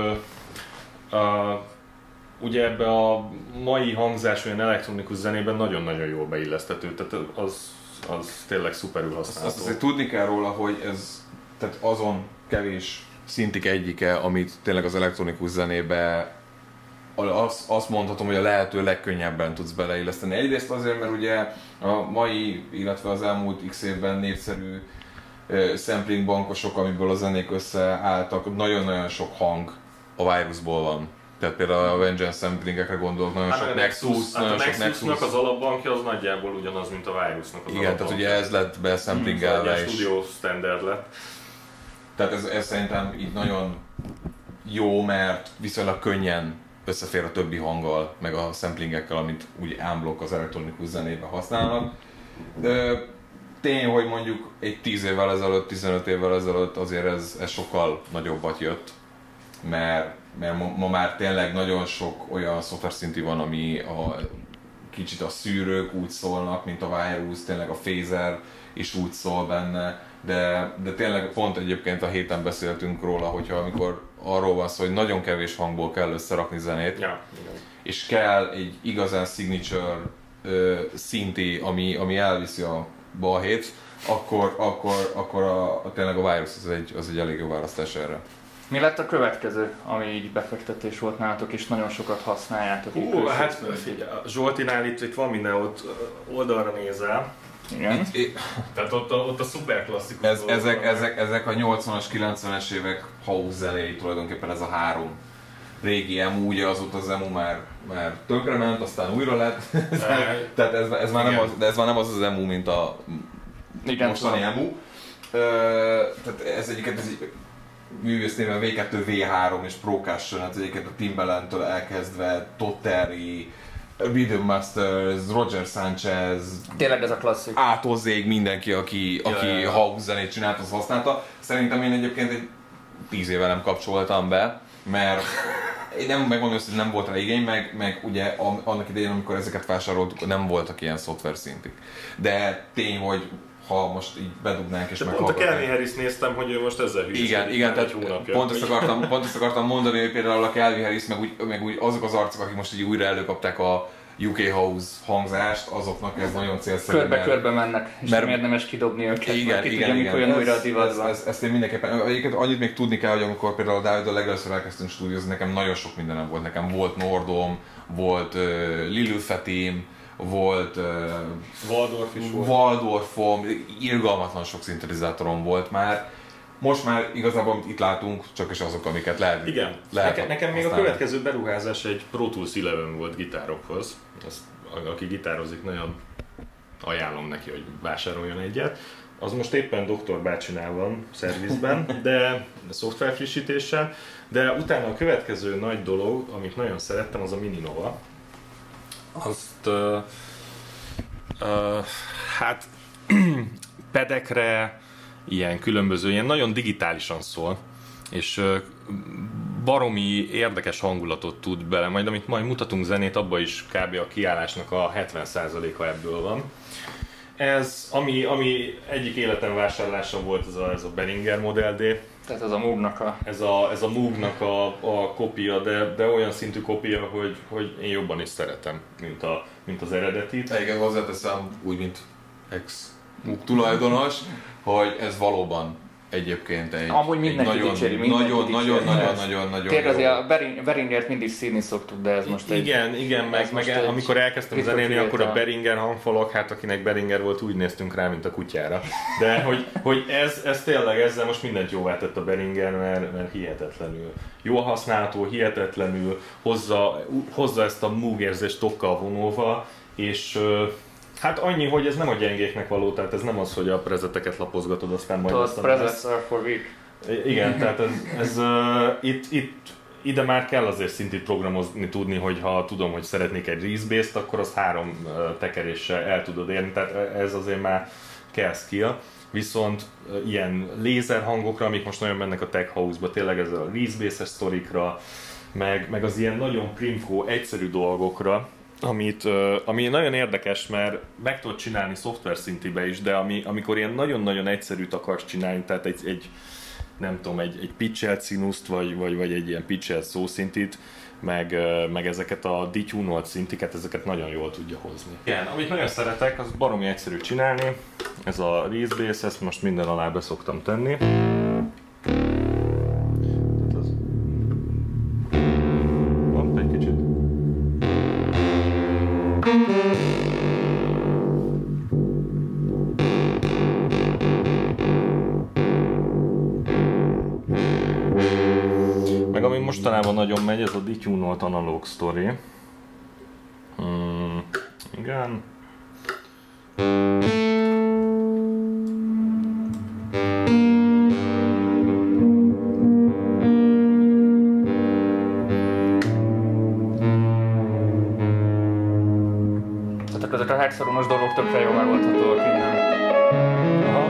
van. Ugye ebbe a mai hangzás olyan elektronikus zenében nagyon-nagyon jól beilleszthető, tehát az tényleg szuperül használható. Azt azért tudni kell róla, hogy ez tehát azon kevés szintik egyike, amit tényleg az elektronikus zenébe azt mondhatom, hogy a lehető legkönnyebben tudsz beleilleszteni. Egyrészt azért, mert ugye a mai, illetve az elmúlt x évben népszerű sampling bankosok, amiből a zenék összeálltak, nagyon-nagyon sok hang a Virusból van. Tehát például a Vengeance samplingekre gondolok, nagyon sok Nexus, nagyon sok Nexusnak az alapbankja az nagyjából ugyanaz, mint a Virusnak az igen, tehát ugye ez lett besamplingelve és studio standard lett. Tehát ez szerintem így nagyon jó, mert viszonylag könnyen összefér a többi hanggal, meg a samplingekkel, amit úgy unblock az elektronikus zenében használnak. Tény, hogy mondjuk egy 10 évvel ezelőtt, 15 évvel ezelőtt azért ez sokkal nagyobbat jött, mert ma már tényleg nagyon sok olyan szoftverszinti van, ami kicsit a szűrők úgy szólnak, mint a Virus, tényleg a phaser is úgy szól benne, de tényleg pont egyébként a héten beszéltünk róla, hogyha amikor arról van szó, hogy nagyon kevés hangból kell összerakni zenét, és kell egy igazán signature szinti, ami elviszi a balhét, akkor tényleg a Virus az egy elég jó választás erre. Mi lett a következő, ami így befektetés volt nálatok, és nagyon sokat használjátok? Hát figyelj, Zsoltinál itt van minden, ott oldalra nézel. Igen. Tehát ott a szuper klasszikus ezek a 80-as, 90-es évek house zenéi tulajdonképpen ez a három régi emu, ugye azóta az emu már tönkrement, aztán újra lett. Tehát ez már nem az emu, mint a mostani emu. Tehát ez egyiket művész néven V2, V3 és Procussion, hát egyiket a Timbaland-től elkezdve Tottery, Rhythm Masters, Roger Sanchez, tényleg ez a klasszik. A-tól Z-ig mindenki, aki house zenét csinált, az használta. Szerintem én egyébként egy 10 éve nem kapcsoltam be, mert én nem megmondom, hogy nem volt rá igény, meg ugye annak idején, amikor ezeket vásároltuk, nem voltak ilyen szoftver szintig. De tény, hogy ha most így bedugnánk és meghallgatnánk. Pont a Calvin Harris néztem, hogy ő most ezzel hűség. Igen, tehát pont ezt akartam mondani, hogy például a Calvin Harris, meg úgy azok az arcok, akik most így újra előkapták a UK House hangzást, azoknak ez nagyon célszerű. Körbe-körbe mennek, és nem érdemes kidobni őket, igen. Mikor jön újra a divatban. Ezt én mindenképpen, egyébként annyit még tudni kell, hogy amikor például Dáviddal legelőször elkezdtünk stúdiózni, nekem nagyon sok mindenem volt. Nekem volt Nordom, volt Lilfetim, volt Waldorf is volt. Waldorfom, irgalmatlan sok szintetizátorom volt már. Most már igazából, amit itt látunk, csak is azok, amiket lehet. Igen. Nekem még a következő beruházás egy Pro Tools 11 volt gitárokhoz. Azt, aki gitározik, nagyon ajánlom neki, hogy vásároljon egyet. Az most éppen Dr. bácsinál van szervizben, de szoftver frissítéssel. De utána a következő nagy dolog, amit nagyon szerettem, az a Mini Nova. Azt hát pedekre, ilyen különböző, ilyen nagyon digitálisan szól, és baromi érdekes hangulatot tud bele, majd amit majd mutatunk zenét, abban is kb. A kiállásnak a 70%-a ebből van. Ez, ami egyik életem vásárlása volt, ez a Behringer Model D. Tehát ez a Moog-nak Ez a Moog-nak a kopia, de olyan szintű kopia, hogy én jobban is szeretem, mint az eredetit. Igen, hozzáteszem úgy, mint ex-Moog tulajdonos, hogy ez valóban egyébként egy amúgy mindenki dicséri, nagyon tényleg azért a Behringert mindig színi szoktuk, de ez most igen, meg amikor elkezdtem zenélni, akkor a Behringer hangfalak, hát akinek Behringer volt, úgy néztünk rá, mint a kutyára. De hogy ez tényleg, ezzel most mindent jóvá tett a Behringer, mert hihetetlenül jól használható, hihetetlenül hozza ezt a Moog érzést tokkal vonulva, és hát annyi, hogy ez nem a gyengéknek való, tehát ez nem az, hogy a prezeteket lapozgatod, aztán majd azt presets are for weak. Igen, tehát ez ide már kell azért szintét programozni tudni, hogy ha tudom, hogy szeretnék egy Reese-based, akkor az 3 tekeréssel el tudod érni, tehát ez azért már kell skill. Viszont ilyen lézer hangokra, amik most nagyon mennek a tech house-ba, tényleg ez a Reese-based sztorikra, meg az ilyen nagyon primfó, egyszerű dolgokra, ami nagyon érdekes, mert meg tudod csinálni szoftver szintibe is, de amikor ilyen nagyon-nagyon egyszerűt akarsz csinálni, tehát egy pitchelt színuszt, vagy egy ilyen pitchelt szószintit, meg ezeket a detunolt szintiket, ezeket nagyon jól tudja hozni. Igen, amit nagyon szeretek, az baromi egyszerű csinálni. Ez a Reese Bass, ezt most minden alá be szoktam tenni. Van egy kicsit. Meg ami mostanában nagyon megy, ez a detunolt analóg sztori. Igen. Tehát ezek a hexagonos dolgok tökre jól megoldhatóak innen. Aha.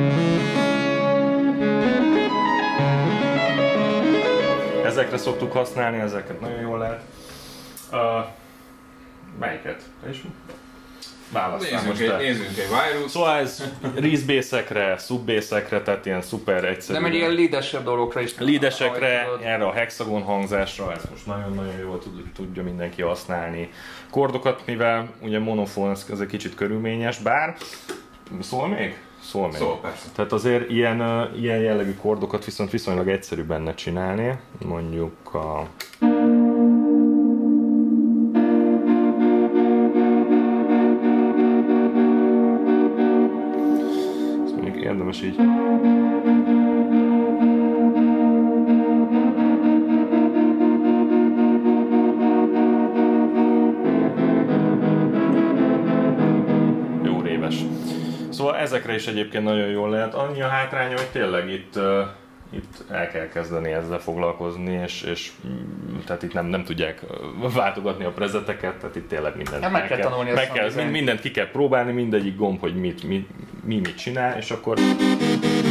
Ezekre szoktuk használni, ezeket nagyon jól lehet. Melyiket? És választál most te. Nézzünk egy Virus. Szóval ez Reese-bass-ekre, sub-bass-ekre, tehát ilyen szuper egyszerű. De meg ilyen lead-esebb dolgokra is. Lead-esekre, erre a hexagon hangzásra, ezt most nagyon-nagyon jól tudja mindenki használni. Kordokat, mivel ugye monofón, ez egy kicsit körülményes, bár szól még? Szól még. Szól, persze. Tehát azért ilyen jellegű kordokat viszont viszonylag egyszerű benne csinálni. Mondjuk a... Ez mondjuk érdemes így... Jó réves. Szóval ezekre is egyébként nagyon jól lehet. Annyi a hátránya, hogy tényleg itt el kell kezdeni ezzel foglalkozni, és tehát itt nem tudják váltogatni a prezeteket, tehát itt tényleg mindent meg kell tanulni, mindent ki kell próbálni, mindegyik gomb, hogy mit csinál, és akkor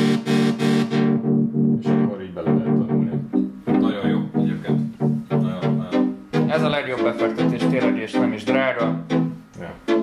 így bele lehet tanulni. Nagyon jó egyébként. Nagyon ez a legjobb befektetés tényleg, és nem is drága. Ja.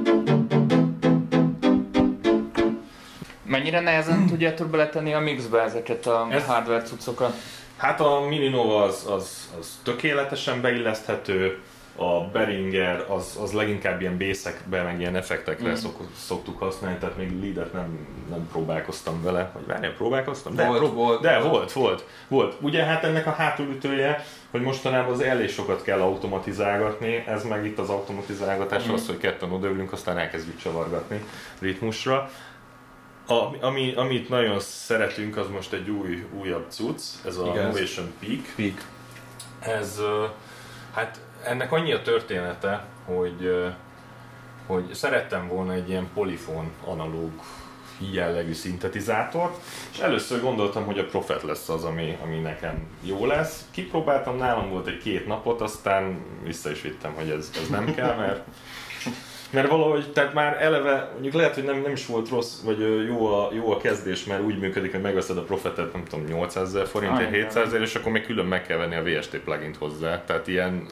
Mennyire nehezen tudjátok beletenni a mixbe ezeket a hardware cuccokat? Hát a Mini Nova az tökéletesen beilleszthető, a Behringer az leginkább ilyen bészekbe, meg ilyen effektekre szoktuk használni, tehát még leadet nem próbálkoztam vele, vagy várjál, próbálkoztam? Volt. Ugye hát ennek a hátulütője, hogy mostanában az elég sokat kell automatizálgatni, ez meg itt az automatizálgatás az, hogy ketten odaülünk, aztán elkezdjük csavargatni ritmusra. Amit nagyon szeretünk, az most egy újabb cucc, ez a Novation Peak. Ez, hát ennek annyi a története, hogy szerettem volna egy ilyen polifon analóg jellegű szintetizátort, és először gondoltam, hogy a Prophet lesz az, ami nekem jó lesz. Kipróbáltam, nálam volt egy 2 napot, aztán vissza is vittem, hogy ez nem kell, mert valahogy, tehát már eleve, mondjuk lehet, hogy nem is volt rossz, vagy jó a kezdés, mert úgy működik, hogy megveszed a Prophetet, nem tudom, 800 000 forintért, 700 000, és akkor még külön meg kell venni a VST plugint hozzá, tehát ilyen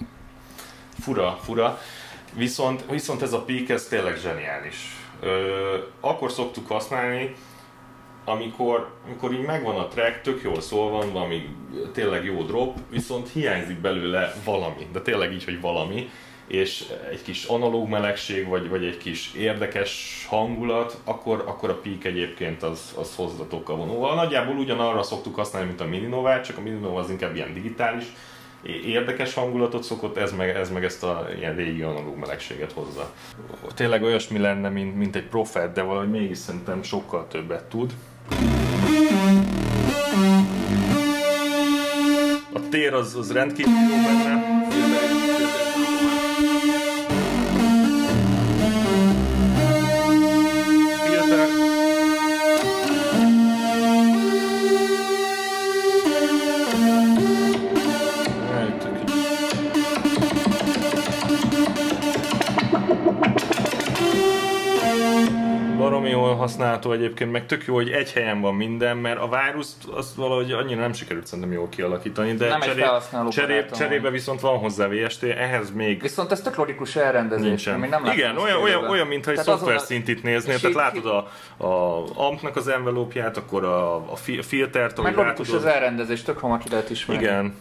fura. Viszont ez a Peak, ez tényleg zseniális. Akkor szoktuk használni, amikor így megvan a track, tök jól szól van, valami tényleg jó drop, viszont hiányzik belőle valami, de tényleg így, hogy valami, és egy kis analóg melegség, vagy egy kis érdekes hangulat, akkor a Peak egyébként az hozzatókkal vonulva. Nagyjából ugyanarra szoktuk használni, mint a Mini Nova, csak a Mini Nova az inkább ilyen digitális, érdekes hangulatot szokott, ez meg ezt a ilyen régi analóg melegséget hozza. Tényleg olyasmi lenne, mint egy Prophet, de valahogy mégis szerintem sokkal többet tud. A tér az rendkívül jó benne. Baromi jól használható egyébként, meg tök jó, hogy egy helyen van minden, mert a Virus-t azt valahogy annyira nem sikerült szerintem jól kialakítani, de cserébe viszont van hozzá VST, ehhez még... Viszont ez tök logikus elrendezés, ami nem igen, olyan mintha egy szoftver szintit néznél, tehát látod a ampnak az envelopját, akkor a filtert, ahogy meg logikus az elrendezés, tök hamar ki lehet ismerni. Igen.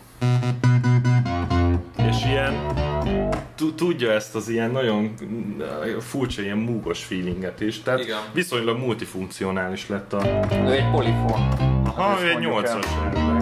És ilyen... tudja ezt az ilyen nagyon furcsa, ilyen múgos feelinget is, tehát igen. Viszonylag multifunkcionális lett a... Ő egy polifon. Aha, ő egy 8-as elvileg.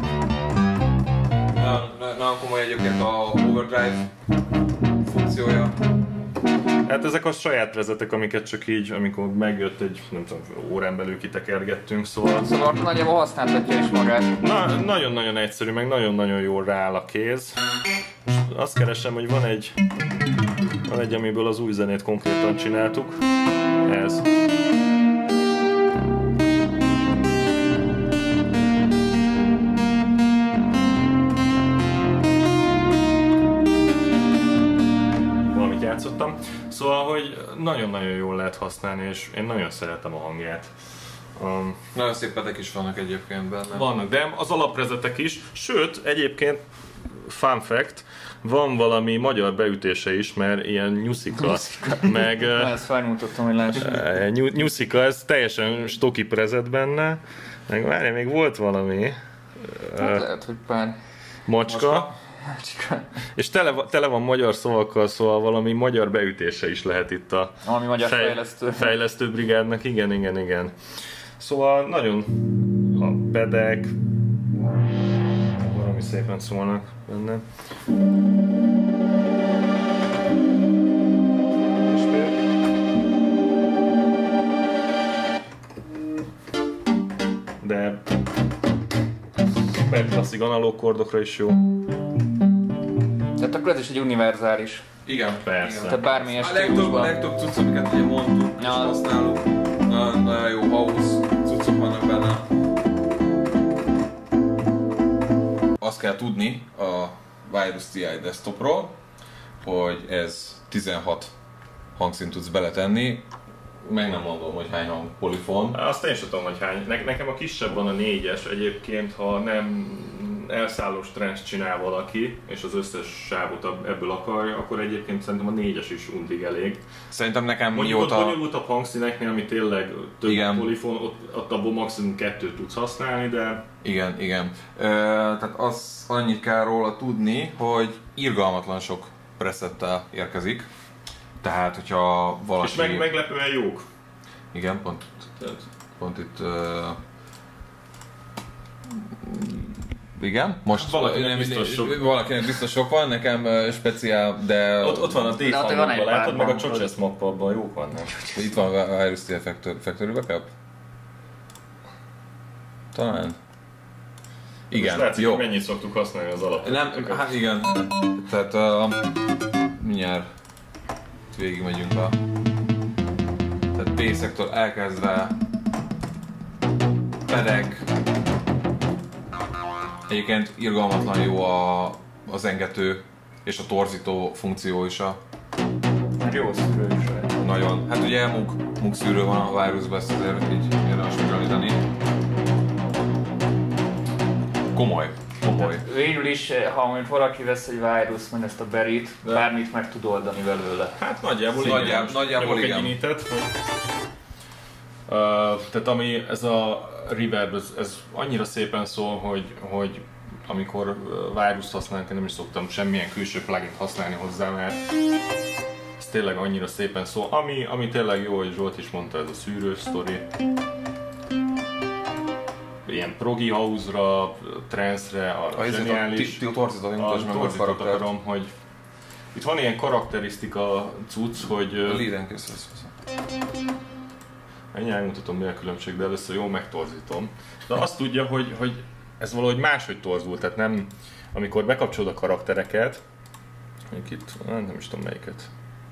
Nagyon komoly egyébként a overdrive funkciója. Hát ezek a saját vezetek, amiket csak így, amikor megjött egy, nem tudom, órán belül kitekergettünk, szóval... Szóval nagyjából használtatja is magát. Nagyon-nagyon egyszerű, meg nagyon-nagyon jól rááll a kéz. Azt keresem, hogy van egy, amiből az új zenét konkrétan csináltuk. Ez. Valamit játszottam. Szóval, hogy nagyon-nagyon jól lehet használni, és én nagyon szeretem a hangját. Nagyon szép pedek is vannak egyébként benne. Vannak, de az alaprezetek is, sőt, egyébként fun fact, van valami magyar beütése is, mert ilyen nyuszika, meg... Ezt felmutattam, hogy lássam. Nyuszika, ez teljesen stoki prezet benne, meg várjál, még volt valami... Hát lehet, hogy pár... Macska. És tele van magyar szavakkal, szóval valami magyar beütése is lehet itt a... Valami magyar fejlesztő brigádnak, igen. Szóval nagyon a pedek, valami szépen szólnak benne. De szuper klasszik analóg kordokra is jó. Tehát akkor ez is egy univerzális. Igen, persze. Tehát bármilyen a legtöbb cucc, amiket ugye mondtuk és használunk, nagyon jó house cuccok vannak benne. Azt kell tudni a Virus TI desktopról, hogy ez 16 hangszint tudsz beletenni. Meg nem mondom, hogy hány hang polifon. Azt én sem tudom, hogy hány. Nekem a kisebb van a 4-es egyébként, ha elszállós trance csinál valaki, és az összes sávot ebből akarja, akkor egyébként szerintem a 4-es is undig elég. Szerintem nekem Mondjuk ott bonyolultabb hangszíneknél, ami tényleg több Igen. polifon, ott abból maximum 2 tudsz használni, de... Igen. Tehát annyit kell róla tudni, hogy irgalmatlan sok presettel érkezik. Tehát, hogyha valaki... És meglepően jók. Igen, pont itt... Igen, most valakinek biztos sok van, nekem speciál, de... Ott van a D-fangokban, látod, meg a Chochess mappabban jók vannak. Itt van a Virus Steel Factory Backup? Talán. Igen, most látszik, jó. hogy mennyit szoktuk használni az alapot. Nem, hát igen. Tehát mindjárt végig megyünk a... Tehát B-szektől elkezdve pedek. Egyébként irgalmatlan jó az engető és a torzító funkció is Jó szűrő is. nagyon. Hát ugye MUG szűrő van a Virusban, ezt azért így érdemes megemlíteni. Komoly. Végül is, ha mondjuk valaki vesz egy Virus, majd ezt a Berit, bármit meg tud oldani belőle. Hát nagyjából igen. Tehát ami ez a reverb, ez annyira szépen szól, hogy amikor Virus használunk, én nem is szoktam semmilyen külső plugin használni hozzá, mert ez tényleg annyira szépen szól. Ami tényleg jó, hogy Zsolt is mondta, ez a szűrős sztori. Ilyen progi house-ra, trance-re, a zseniális... Torzítót akarom, hogy itt van ilyen karakterisztika cucc, hogy... A lead-en készülsz. Ennyi elmutatom, mi a különbség, de először jól megtorzítom. De azt tudja, hogy ez valahogy máshogy torzul, tehát nem... Amikor bekapcsolod a karaktereket... Itt, nem is tudom melyiket.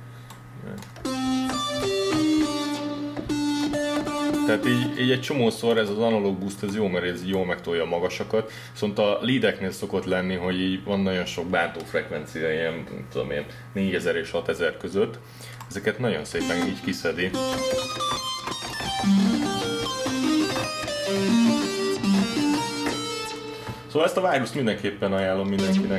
Tehát így egy csomószor ez az analóg boost, ez jó, mert ez jól megtolja a magasakat. Viszont a leadeknél szokott lenni, hogy így van nagyon sok bántó frekvencia, ilyen, tudom én, 4000 és 6000 között. Ezeket nagyon szépen így kiszedi. Szóval ezt a Virust mindenképpen ajánlom mindenkinek,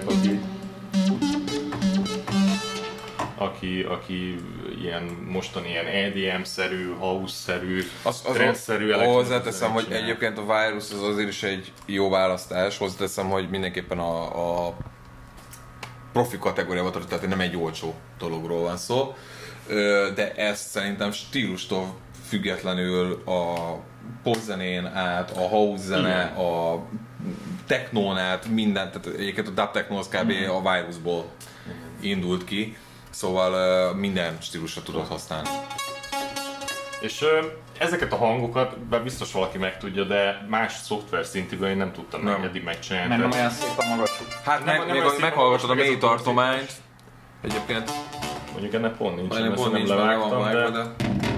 aki ilyen mostani ilyen EDM-szerű, house-szerű, trance-szerű hozzáteszem, hogy egyébként a Virus az azért is egy jó választás. Hozzáteszem, hogy mindenképpen a profi kategóriába tartja, tehát nem egy olcsó dologról van szó. De ezt szerintem stílustól függetlenül a popzenén át, a house zene, a technón át, mindent, tehát egyébként a dub techno az kb. A Virusból indult ki. Szóval minden stílusra tudod használni. És ezeket a hangokat, bár biztos valaki meg tudja, de más szoftver szintűből én nem tudtam eddig megcsinálni. Mert nem olyan szép a magasuk. Hát még meghallgatod a mély tartományt. Egyébként... Mondjuk ennek pont nincs, ezt nem levágtam, de...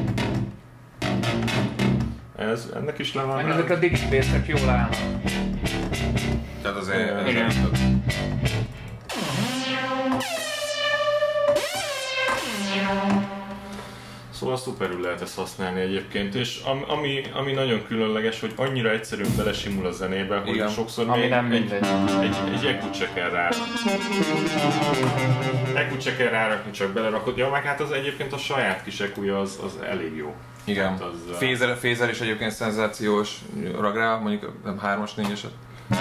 Ennek is le van. Meg ezek a digspace-ek jól állnak. Tehát azért... Igen. Szóval szuperül lehet ezt használni egyébként, és ami nagyon különleges, hogy annyira egyszerűen belesimul a zenébe, hogy igen. Sokszor ami még nem egy EQ-t se kell rá. EQ-t se kell rárakni, csak belerakod. Ja, meg hát az egyébként a saját kis EQ-ja az elég jó. Igen. Hát Phaser is egyébként szenzációs rag rá, mondjuk nem 3-as, 4-eset.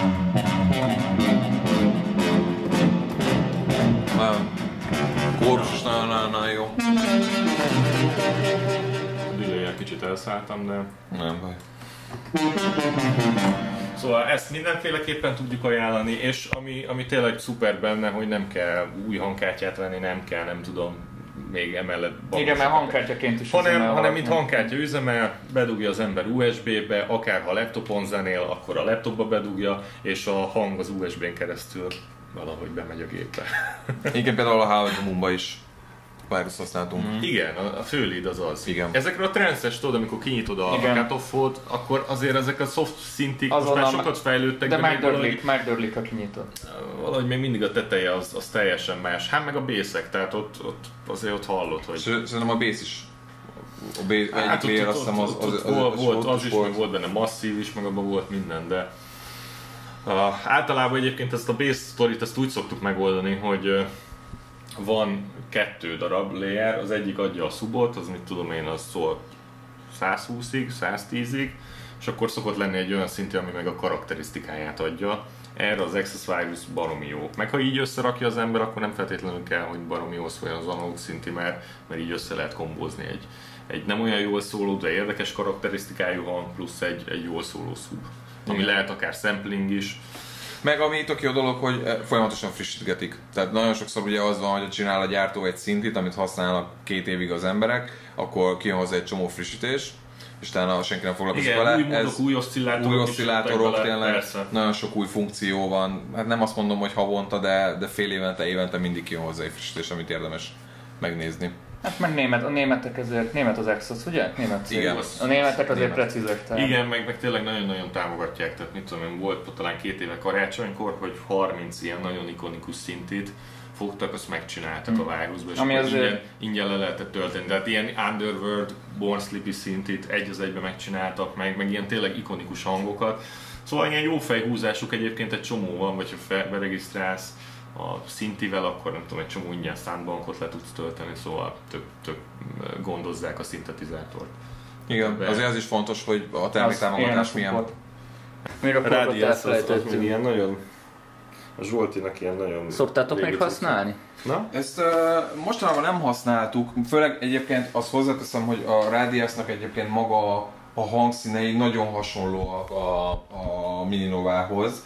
Kórus is nagyon jó. Delay-jel kicsit elszálltam, de... Nem baj. Szóval ezt mindenféleképpen tudjuk ajánlani, és ami tényleg szuper benne, hogy nem kell új hangkártyát venni, nem tudom, még emellett... Igen, mert hangkártyaként is hanem mint hangkártya üzemel, bedugja az ember USB-be, akár ha laptopon zenél, akkor a laptopba bedugja, és a hang az USB-n keresztül valahogy bemegy a gépbe. Igen, például a Hálódomumba is Virus használtunk. Igen, a fő lead az. Igen. Ezekről a trance-es, tudod, amikor kinyitod a cut-off-ot, akkor azért ezek a soft szintik most már sokat fejlődtek. De megdörlik, ha kinyitod. Valahogy még mindig a teteje az teljesen más. Hát meg a bass-ek, tehát ott azért ott hallod, hogy... Szerintem a bass is. A bass egyik layer, azt hiszem az is, meg volt benne masszív is, meg abban volt minden, de Általában egyébként ezt a base storyt ezt úgy szoktuk megoldani, hogy van 2 darab layer, az egyik adja a subot, az mit tudom én, az szól 120-ig, 110-ig, és akkor szokott lenni egy olyan szintű, ami meg a karakterisztikáját adja. Erre az Access Virus baromi jó. Meg ha így összerakja az ember, akkor nem feltétlenül kell, hogy baromi jól szóljon az analóg szinti, mert így össze lehet kombózni egy nem olyan jól szóló, de érdekes karakterisztikájú hang, plusz egy jól szóló sub. Ami lehet akár sampling is. Meg ami tök jó dolog, hogy folyamatosan frissítgetik. Tehát nagyon sokszor ugye az van, hogy csinál a gyártó egy szintit, amit használnak 2 évig az emberek, akkor kijön hozzá egy csomó frissítés, és utána senki nem foglalkozik vele. Új módok, új oszcillátorok tényleg, persze. Nagyon sok új funkció van. Hát nem azt mondom, hogy havonta, de fél évente mindig kijön hozzá egy frissítés, amit érdemes megnézni. Hát meg a németek ezért, német az Exos, ugye? Német cég. Igen. A németek azért precízek. Igen, meg tényleg nagyon-nagyon támogatják, tehát mit tudom én, volt talán 2 éve karácsonykor, hogy 30 ilyen nagyon ikonikus szintit fogtak, azt megcsináltak a vírusba, és ami azért ingyen le lehetett tölteni. Tehát ilyen Underworld, Born Slippy szintit egy az egybe megcsináltak, meg ilyen tényleg ikonikus hangokat. Szóval ilyen jó fejhúzásuk egyébként egy csomó van, vagy ha beregisztrálsz a szintivel, akkor nem tudom, egy csomó ingyen soundbankot le tudsz tölteni, szóval tök gondozzák a szintetizátort. Igen, azért az is fontos, hogy a terméktámogatás milyen. Még a korgot elfelejtettük. Ilyen nagyon, a Zsoltinak ilyen nagyon... Szoktátok még használni? Na? Ezt mostanában nem használtuk, főleg egyébként azt hozzáteszem, hogy a Radiusnak egyébként maga a hangszínei nagyon hasonlóak a Mininovához.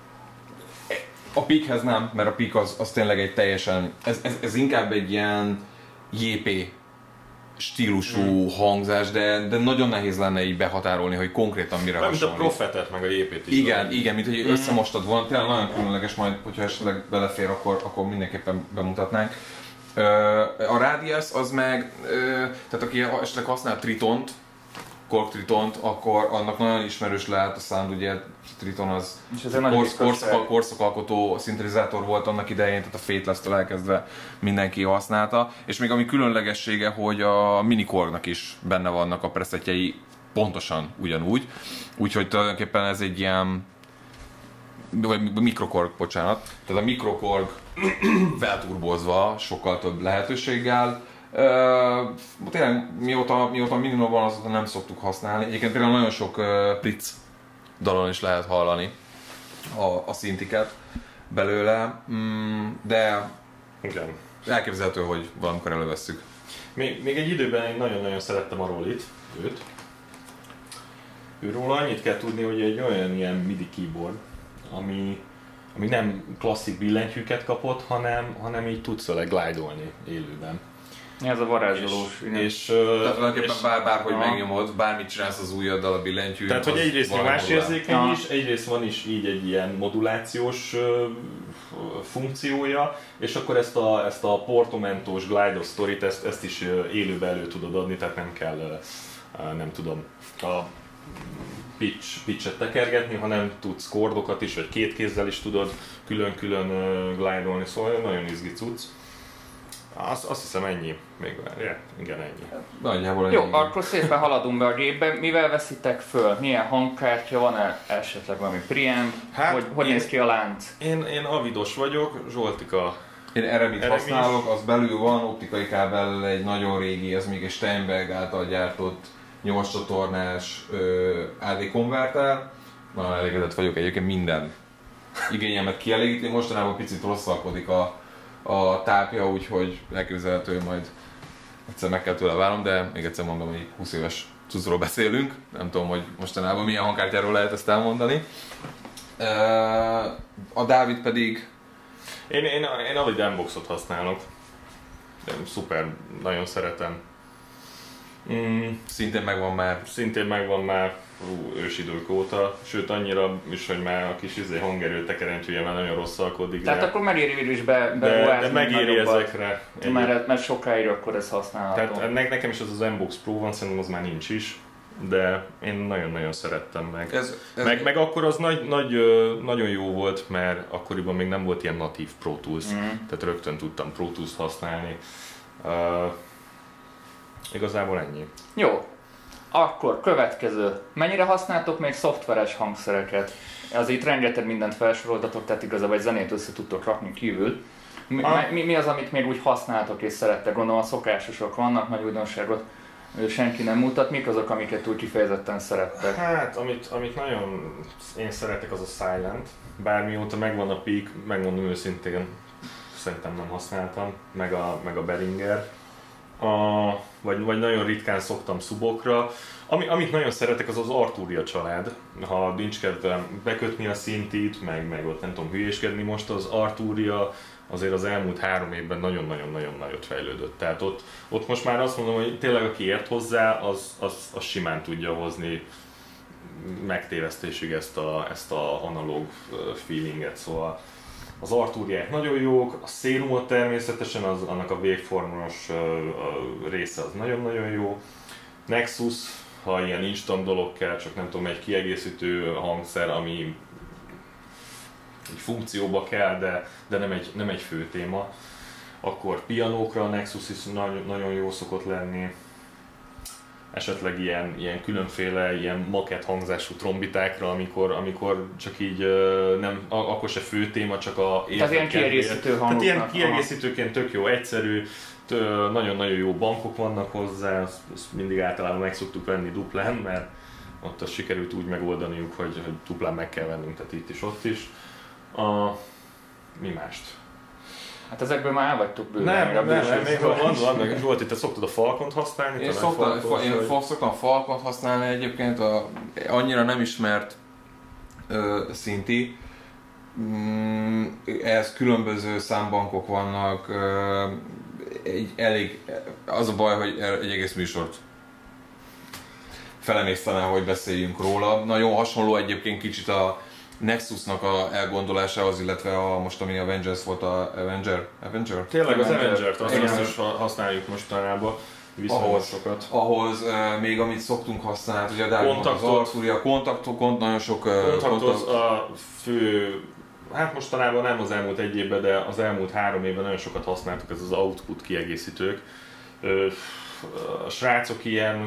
A Peakhez nem, mert a Peak az tényleg egy teljesen, ez inkább egy ilyen JP stílusú hangzás, de nagyon nehéz lenne így behatárolni, hogy konkrétan mire hasonlít. Mint a Prophetet meg a JP-t is. Igen, mint hogy összemostad volna, tényleg nagyon különleges, majd hogyha esetleg belefér, akkor mindenképpen bemutatnánk. A Radius az meg, tehát aki esetleg használ Tritont, Korg Tritont, akkor annak nagyon ismerős lehet a sound, ugye Triton az korszakalkotó szintetizátor volt annak idején, tehát a Fateless-től elkezdve mindenki használta, és még ami különlegessége, hogy a Mini Korgnak is benne vannak a presetjei pontosan ugyanúgy, úgyhogy tulajdonképpen ez egy ilyen vagy Microkorg, bocsánat, tehát a Microkorg felturbozva sokkal több lehetőséggel. Tényleg mióta Minino van, azóta nem szoktuk használni. Egyébként például nagyon sok Pritz dalon is lehet hallani a szintiket belőle, de igen. elképzelhető, hogy valamikor elővesszük. Még egy időben én nagyon-nagyon szerettem a Rollit, őt. Őróla annyit kell tudni, hogy egy olyan ilyen MIDI keyboard, ami nem klasszik billentyűket kapott, hanem így tudsz vele glide-olni élőben. Ez a varázsolós. És tulajdonképpen bárhogy megnyomod, bármit csinálsz az ujjaddal a billentyűn. Tehát, hogy egyrészt nyomásérzékeny is, egyrészt van is így egy ilyen modulációs funkciója, és akkor ezt a portomentós glide-os sztorit, ezt is élőbe elő tudod adni, tehát nem kell, nem tudom, a pitchet tekergetni, hanem tudsz kordokat is, vagy 2 kézzel is tudod külön-külön glide-olni, szóval nagyon izgi cucc. Azt hiszem ennyi. Igen, ennyi. Nagyjából ennyi. Jó, akkor szépen haladunk be a gépbe. Mivel veszitek föl? Milyen hangkártya van? Esetleg valami preamp? Hogy néz ki a lánc? Én avidos vagyok, Zsoltika. Én Eremit használok, az belül van optikai kábellel egy nagyon régi, ez még egy Steinberg által gyártott 8 csatornás AD konverter. Nagyon elégedett vagyok, egyébként minden igényemet kielégíti. Mostanában picit rosszalkodik a tápja, úgyhogy elképzelhető, majd egyszer meg kell tőle válnom, de még egyszer mondom, hogy 20 éves cuccról beszélünk. Nem tudom, hogy mostanában milyen hangkártyáról lehet ezt elmondani. A Dávid pedig... Én Avid M-Boxot használok. Szuper, nagyon szeretem. Szintén megvan már ősidők óta, sőt annyira is, hogy már a kis hangerő tekerentjűje már nagyon rosszalkodik. Tehát akkor megéri is de megéri ezekre. Mert sokáig akkor ez használható. Tehát nekem is az M-Box Pro van, szerintem az már nincs is, de én nagyon-nagyon szerettem meg. Meg akkor az nagyon jó volt, mert akkoriban még nem volt ilyen natív Pro Tools, tehát rögtön tudtam Pro Tools használni. Igazából ennyi. Jó. Akkor következő. Mennyire használtok még szoftveres hangszereket? Az itt rengeteg mindent felsoroltatok, tehát igazából egy zenét össze tudtok rakni kívül. Mi az, amit még úgy használtok és szerettek? Gondolom a szokásosok vannak, nagy újdonságot senki nem mutat. Mik azok, amiket úgy kifejezetten szerettek? Hát, amit nagyon én szeretek, az a Silent. Bármióta megvan a Peak, megmondom őszintén, szerintem nem használtam, meg a Behringer. Vagy nagyon ritkán szoktam szubokra. Amit nagyon szeretek, az Arturia család. Ha nincs kedvem bekötni a szintit, meg ott nem tudom hülyéskedni, most az Arturia azért az elmúlt 3 évben nagyon-nagyon-nagyon nagyot fejlődött. Tehát ott most már azt mondom, hogy tényleg aki ért hozzá, az simán tudja hozni megtévesztésig ezt a analóg feelinget. Szóval az Arturiák nagyon jók, a Serumot természetesen, annak a waveformos része az nagyon-nagyon jó. Nexus, ha ilyen instant dolog kell, csak nem tudom, egy kiegészítő hangszer, ami egy funkcióba kell, de nem egy fő téma. Akkor pianókra a Nexus is nagyon jó szokott lenni. Esetleg ilyen különféle ilyen makett hangzású trombitákra, amikor csak így nem, akkor se fő téma, csak a tehát ilyen kiegészítő hangoknak. Tehát ilyen kiegészítőként tök jó, egyszerű, nagyon-nagyon jó bankok vannak hozzá, azt mindig általában meg szoktuk venni duplán, mert ott azt sikerült úgy megoldaniuk, hogy duplán meg kell vennünk, tehát itt is, ott is. Mi mást? Hát ezekből már el vagytok bőven. Nem, még van, Zsolti, te szoktad a Falcont használni? Én szoktam Falcont használni egyébként, annyira nem ismert szinti. Ehhez különböző számbankok vannak, az a baj, hogy egy egész műsort felemésztene, hogy beszéljünk róla. Nagyon hasonló egyébként kicsit a Nexusnak a elgondolásához, illetve most ami Avengers volt, Avenger? Tényleg az Avengert, azt is használjuk mostanában. Ahhoz még amit szoktunk használni, ugye az Arturia, kontaktot, nagyon sok kontaktos a fő, hát mostanában nem az elmúlt 1 évben, de az elmúlt 3 évben nagyon sokat használtuk, ez az output kiegészítők. A srácok ilyen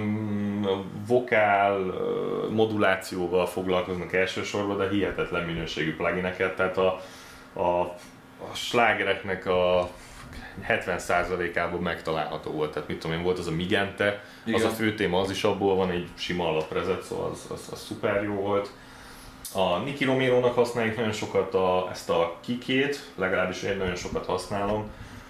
vokál modulációval foglalkoznak elsősorban, de hihetetlen minőségű plugineket, tehát a slágereknek a 70%-ában megtalálható volt, tehát mit tudom én, volt az a Migente, igen. Az a fő téma, az is abból van, egy sima alaprezet, szóval az szuper jó volt. A Nicky Romero-nak használjuk nagyon sokat ezt a kikét, legalábbis én nagyon sokat használom.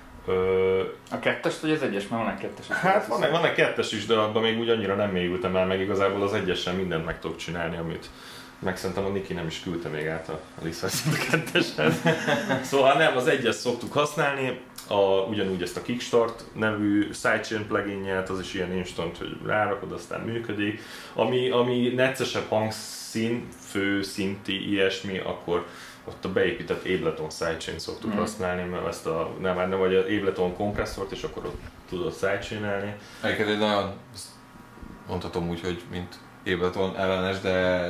A 2-es vagy az 1-es? Mert van egy 2-es. Hát van egy 2-es is, de abban még úgy annyira nem mélyültem el, meg igazából az 1-esen mindent meg tudok csinálni, amit meg szerintem a Niki nem is küldte még át a licenszet a 2-eshez. Szóval nem, az 1-es szoktuk használni, ugyanúgy ezt a Kickstart nevű sidechain pluginját, az is ilyen instant, hogy rárakod, aztán működik. Ami neccesebb hangszín, főszinti ilyesmi, akkor ott a beépített Ableton sidechain szoktuk használni, mert nem vagy az Ableton kompresszort, és akkor ott tudod sidechainelni. Egyébként egy nagyon, mondhatom úgy, hogy mint Ableton ellenes, de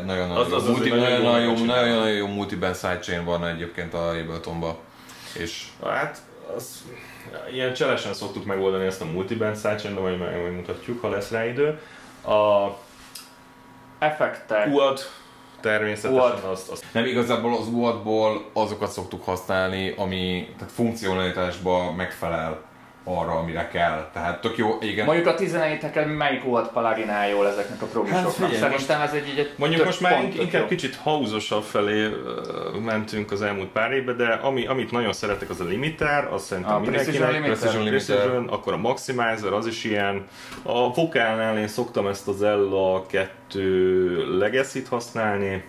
nagyon jó multiben sidechain van egyébként a Abletonban. És hát ilyen cselesen szoktuk megoldani ezt a multiband sidechain, de majd megmutatjuk, ha lesz rá idő. A effektek. UAD természetesen azt. Nem, igazából az UAD-ból azokat szoktuk használni, ami tehát funkcionalitásban megfelel arra, amire kell. Tehát tök jó, igen. Mondjuk a 17-eken melyik UAD plugin áll jól ezeknek a progrusoknak? Hát szerintem ez egy mondjuk most már inkább kicsit house-osabb felé mentünk az elmúlt pár évben, de amit nagyon szeretek, az a limiter, azt szerintem mindenkinek. Precision, akkor a maximizer, az is ilyen. A vokálnál én szoktam ezt az LA2 Legacy-t használni,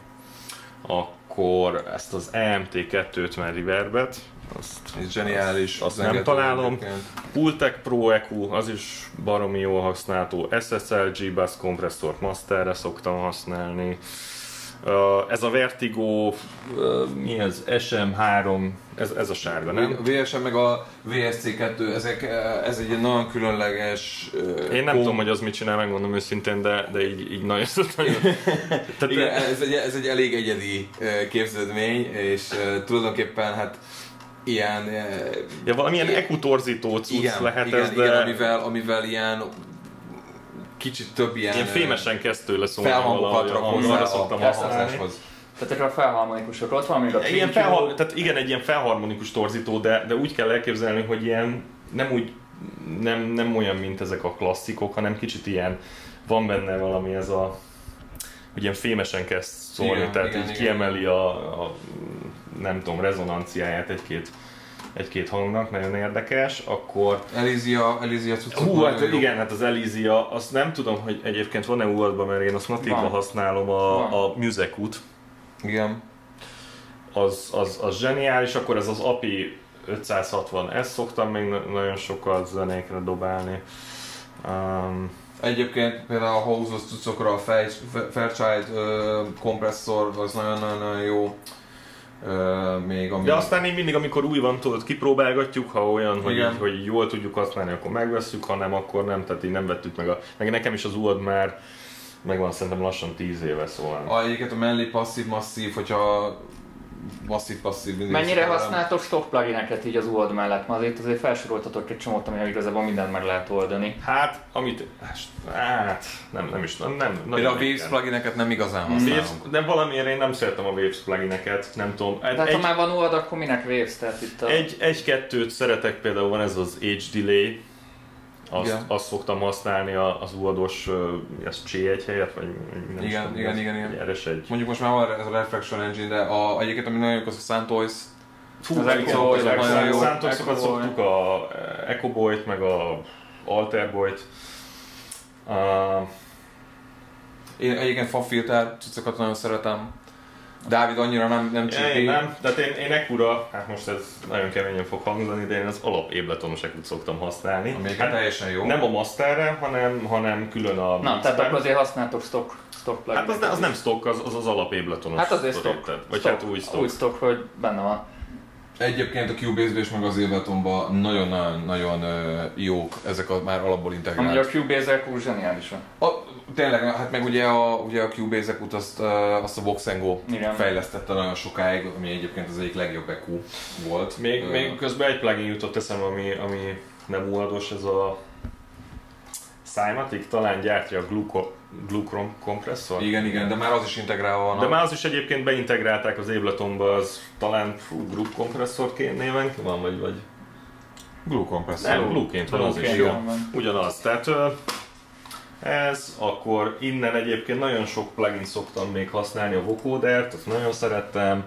akkor ezt az EMT250 Reverbet, ez zseniális. Azt nem találom. Pultec Pro EQ, az is baromi jól használható. SSL G-Bass kompresszort masterre szoktam használni. Ez a Vertigo, mi ez? SM3, ez a sárga, nem? A VSM meg a VSC2, ez egy nagyon különleges... Én nem tudom, hogy az mit csinál, megmondom őszintén, de így nagyon... Igen, ez egy elég egyedi képződmény, és tulajdonképpen hát ilyen... Ja, valamilyen EQ torzító cucc lehet igen, ez, de... Igen, amivel ilyen kicsit több ilyen fémesen kezd tőle szólni felhangokat rak hozzá arra szoktam a használathoz. Tehát ezek a felharmonikusok ott van, még a tehát igen, egy ilyen felharmonikus torzító, de úgy kell elképzelni, hogy ilyen nem olyan, mint ezek a klasszikok, hanem kicsit ilyen, van benne valami ez a, hogy ilyen fémesen kezd szólni, igen, tehát igen, így igen. kiemeli a nem tudom, rezonanciáját egy-két hangnak, nagyon érdekes, akkor... Elysia cuccok. Hát igen, hát az Elysia, azt nem tudom, hogy egyébként van-e UAD-ban, mert én azt natívan használom, a Music-ut. Igen. Az zseniális, akkor ez az API 560, ezt szoktam még nagyon sokat zenékre dobálni. Egyébként például a House-os cuccokra a Fairchild kompresszor az nagyon-nagyon jó. Még ami... De aztán én mindig, amikor új van, tudod, kipróbálgatjuk, ha olyan, hogy jól tudjuk használni, akkor megvesszük, ha nem, akkor nem, tehát így nem vettük meg nekem is az UAD már megvan szerintem lassan 10 éve, szóval. Egyébként a mellé passzív, hogyha passzív. Mennyire használtok stock plugineket így az UAD mellett? Ma azért felsoroltatok egy csomót, amivel igazából mindent meg lehet oldani. Nem. Például a Waves plugineket nem igazán használunk. De valamiért én nem szeretem a Waves plugineket, nem tudom. De ha már van UAD, akkor minek Waves? Tehát itt Egy-kettőt szeretek, például van ez az Age Delay, azt szoktam használni az UAD-os C1 helyett, vagy nem igen. RS1. Mondjuk most már van ez a Reflection Engine, de egyébként ami nagyon jó, az a Santoys. Az Santoys-okat szoktuk, a Echoboy-t, meg a Alterboy-t. Én egyébként fabfilter cuccokat nagyon szeretem. Dávid annyira nem csipi. Nem, tehát én Ekura, hát most ez nagyon keményen fog hangzani, de én az alap Abletonos Ekut szoktam használni. Ami teljesen jó. Nem a Masterre, hanem külön a... Na, tehát akkor azért használtok stock plugin. Hát az nem stock, az alap Abletonos. Hát azért stock. Vagy hát új stock. Új stock, hogy benne van. Egyébként a Cubase-ben és meg az Abletonban nagyon jók ezek a már alapból integrált. Ami a Cubase úr zseniálisan. Tényleg, hát meg ugye a Cubase-et azt a Voxengo fejlesztette nagyon sokáig, ami egyébként az egyik legjobb EQ volt. Még közben egy plugin jutott eszembe, ami nem UAD-os, ez a Cymatic, talán gyártja a Glue kompresszor. Igen, de már az is integrálva van. De már az is egyébként beintegrálták az Abletonba, az talán Glue kompresszor néven van, vagy... Glue kompresszor. Nem, Glue-ként van az is, jó. Ugyanaz, tehát ez, akkor innen egyébként nagyon sok plugin szoktam még használni, a vocodert, azt nagyon szerettem,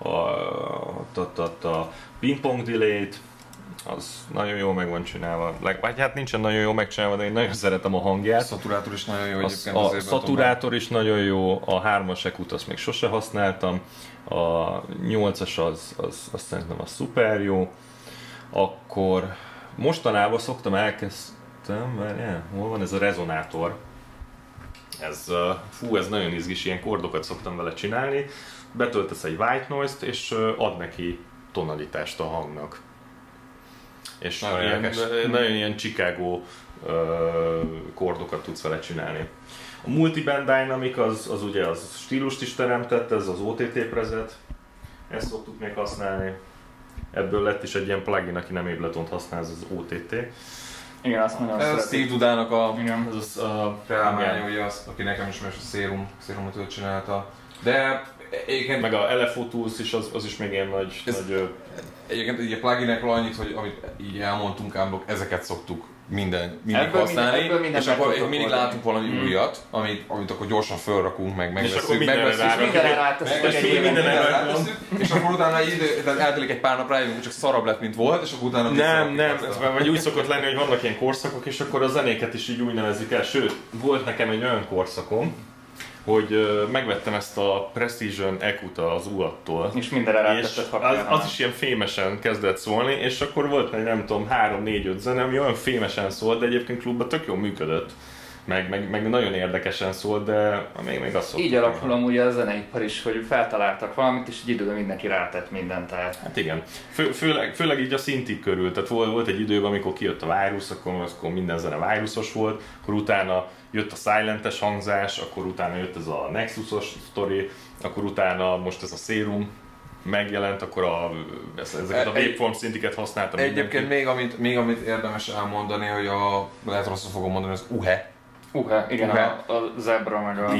a ping-pong delay-t, az nagyon jól meg van csinálva, vagy hát nincsen nagyon jól megcsinálva, de én nagyon szeretem a hangját. A szaturátor is nagyon jó egyébként. A szaturátor is nagyon jó, a 3-as EQ-t azt még sose használtam, a 8-as az szerintem az szuper jó, akkor mostanában szoktam hol van ez a rezonátor? Ez nagyon izgis, ilyen kordokat szoktam vele csinálni. Betöltesz egy white noise-t, és ad neki tonalitást a hangnak. És nagyon ilyen Chicago kordokat tudsz vele csinálni. A Multiband Dynamic az ugye az stílust is teremtett, ez az OTT prezet. Ezt szoktuk még használni. Ebből lett is egy ilyen plugin, aki nem Abletont használ, ez az OTT. Igen, azt nagyon szeretem. Ez Steve Dudának a preállmánya, ugye az, aki nekem is most a szérumot ő csinálta. De egyébként... Meg a LFO Tools is, az is még ilyen nagy... Egyébként így a pluginekről annyit, hogy amit így elmondtunk, ámblok, ezeket szoktuk mindig használni, és akkor mindig látunk valami újat, amit akkor gyorsan fölrakunk, megveszünk, és akkor utána eltelik egy pár nap, rájövünk, hogy csak szarabb lett, mint volt, és akkor utána... Nem, vagy úgy szokott lenni, hogy vannak ilyen korszakok, és akkor a zenéket is így úgy nevezik el, sőt, volt nekem egy olyan korszakom, hogy megvettem ezt a Precision EQ-t az UAD-tól. És mindenre rátetted az is ilyen fémesen kezdett szólni, és akkor volt egy nem tudom 3-4-5 zene, ami olyan fémesen szólt, de egyébként klubban tök jól működött. Meg nagyon érdekesen szólt, de még azt szoktam. Így alakul amúgy a zeneipar is, hogy feltaláltak valamit, és egy időben mindenki rátett mindent. Tehát. Hát igen. Főleg így a szintig körül. Tehát volt egy időben, amikor kijött a Virus, akkor minden zene virusos volt, akkor utána jött a silentes hangzás, akkor utána jött ez a Nexusos sztori, akkor utána most ez a Serum megjelent, akkor ezeket a waveform szintiket használtam. Egyébként még amit érdemes elmondani, hogy lehet rosszul fogom mondani, az UHE. Igen, a Zebra meg a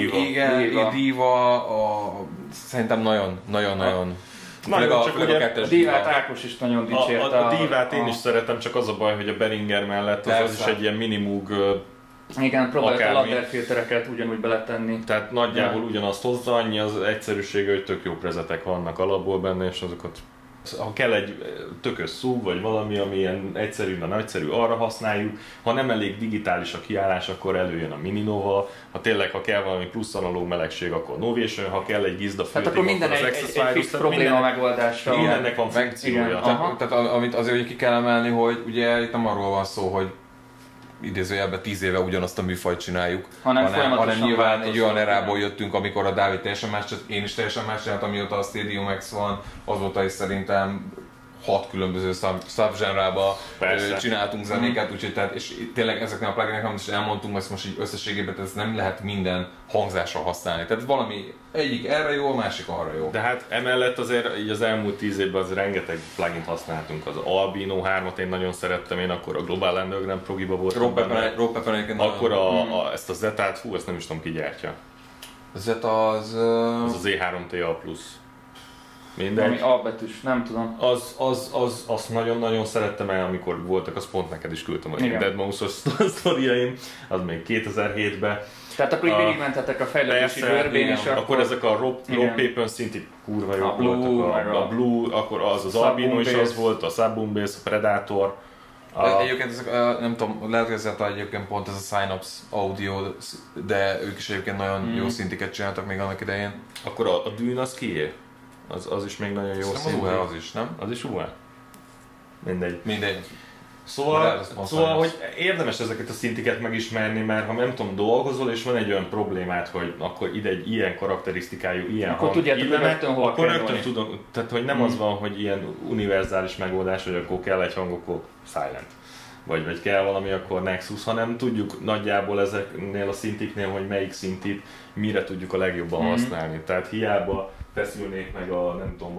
Diva, szerintem nagyon csak ugye a Divát Ákos is nagyon dicsérte. A Divát én is szeretem, csak az a baj, hogy a Behringer mellett az is egy ilyen minimug. Igen, próbálta a ladderfiltereket ugyanúgy beletenni. Tehát nagyjából ugyanazt hozza, annyi az egyszerűsége, hogy tök jó prezetek vannak alapból benne, és azokat ha kell egy tökös szúv, vagy valami, ami ilyen egyszerű, de nagyszerű, arra használjuk. Ha nem elég digitális a kiállás, akkor előjön a Mini Nova. Ha tényleg, ha kell valami plusz analóg melegség, akkor Novation. Ha kell egy gizda főték, akkor minden akkor az egy fix probléma megoldásra. Mindennek van funkciója. Tehát amit azért hogy ki kell emelni, hogy ugye itt nem arról van szó, hogy idézőjelben 10 éve ugyanazt a műfajt csináljuk, hanem nyilván egy olyan erából jöttünk, amikor a Dávid teljesen más, én is teljesen más csináltam, amióta a Stadium X van, azóta is szerintem 6 különböző subgenre-ba csináltunk zenéket, úgyhogy tehát, és tényleg ezeknél a plugineknek, amit is elmondtunk, ezt most így összességében, ez nem lehet minden hangzásra használni. Tehát valami egyik erre jó, a másik arra jó. De hát emellett azért így az elmúlt 10 évben az rengeteg plugint használtunk. Az Albino 3-at én nagyon szerettem, én akkor a Global Underground progiba voltam benne. Akkor ezt a Zetát, ezt nem is tudom ki gyártja. A Zeta az az E3TA Plus. Mindegy. Ami A betűs, nem tudom. Azt nagyon-nagyon szerettem el, amikor voltak, azt pont neked is küldtem a Dead Mouse-os sztoriaim, az még 2007-ben. Tehát akkor így végigmentetek a fejlődési görbén, és akkor ezek a Rob Paper szintén kurva jók voltak, a Blue, akkor az Albino is az volt, a Subbum Bass, a Predator. Egyébként ezek, nem tudom, lehet, hogy ezzel egyébként pont ez a Synops Audio, de ők is egyébként nagyon jó szintiket csináltak még annak idején. Akkor a Dűn az kié? Az is még nagyon jó szint. Az is, nem? Az is UE? Mindegy. Szóval, hogy érdemes ezeket a szintiket megismerni, mert ha nem tudom, dolgozol és van egy olyan problémát, hogy akkor ide egy ilyen karakterisztikájú, ilyen akkor tudjátok, akkor rögtön tudom, tehát hogy nem az van, hogy ilyen univerzális megoldás, hogy akkor kell egy hang, akkor silent. Vagy kell valami, akkor Nexus, hanem tudjuk nagyjából ezeknél a szintiknél, hogy melyik szintit mire tudjuk a legjobban használni. Tehát hiába feszülnék meg nem tudom,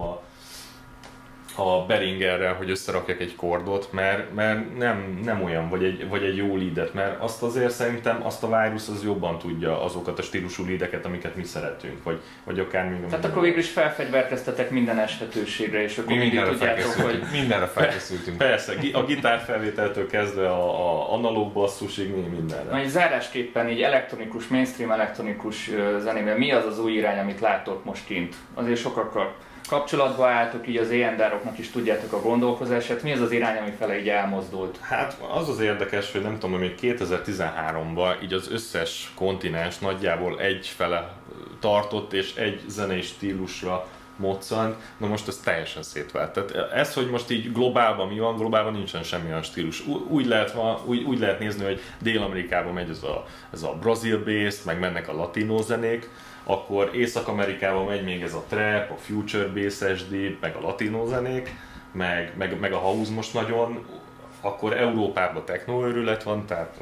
a Behringerrel, hogy összerakjak egy kordot, mert nem olyan, vagy egy jó leadet, mert azt azért szerintem azt a Virus az jobban tudja azokat a stílusú leadeket, amiket mi szeretünk, vagy akár még... Tehát akkor végül is felfegyverkeztetek minden eshetőségre, és akkor mindig tudjátok, hogy... Mindenre felkészültünk. Persze, a gitárfelvételtől kezdve a analóg basszusig mindenre. Na, így zárásképpen így mainstream elektronikus zenében mi az új irány, amit látok most kint? Azért sokakkal kapcsolatba álltok, így az A&R-oknak is tudjátok a gondolkozását. Mi az az irány, ami fele így elmozdult? Hát az az érdekes, hogy nem tudom, még 2013-ban így az összes kontinens nagyjából egyfele tartott és egy zenei stílusra moccant, na most ez teljesen szétvált. Tehát ez, hogy most így globálban mi van, globálban nincsen semmilyen stílus. Úgy lehet nézni, hogy Dél-Amerikában megy ez a Brazil bass, meg mennek a latino zenék, akkor Észak-Amerikában megy még ez a trap, a future bass SD, meg a latino zenék, meg a house most nagyon, akkor Európában techno őrület van, tehát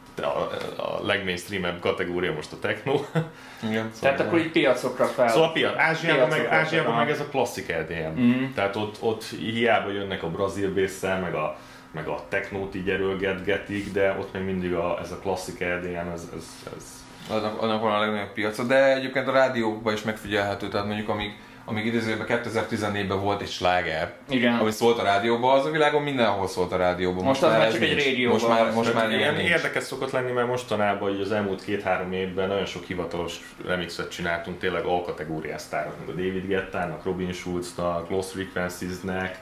a legmainstreamebb kategória most a techno. Igen, tehát akkor így piacokra fel. Szóval Ázsiában meg ez a klasszik EDM. Tehát ott hiába jönnek a brazil bass-szel, meg a technót így erőlgetgetik, de ott még mindig ez a klasszik EDM, ez annak van a legnagyobb piaca, de egyébként a rádiókban is megfigyelhető, tehát mondjuk amíg idézőben 2014-ben volt egy sláger, ami szólt a rádióban, az a világon mindenhol szólt a rádióban. Most már csak egy régióban. Most már ilyen érdekes szokott lenni, mert mostanában így az elmúlt 2-3 évben nagyon sok hivatalos remixet csináltunk, tényleg alkategóriás sztároknak, a David Guettának, Robin Schulznak, Lost Frequencies-nek,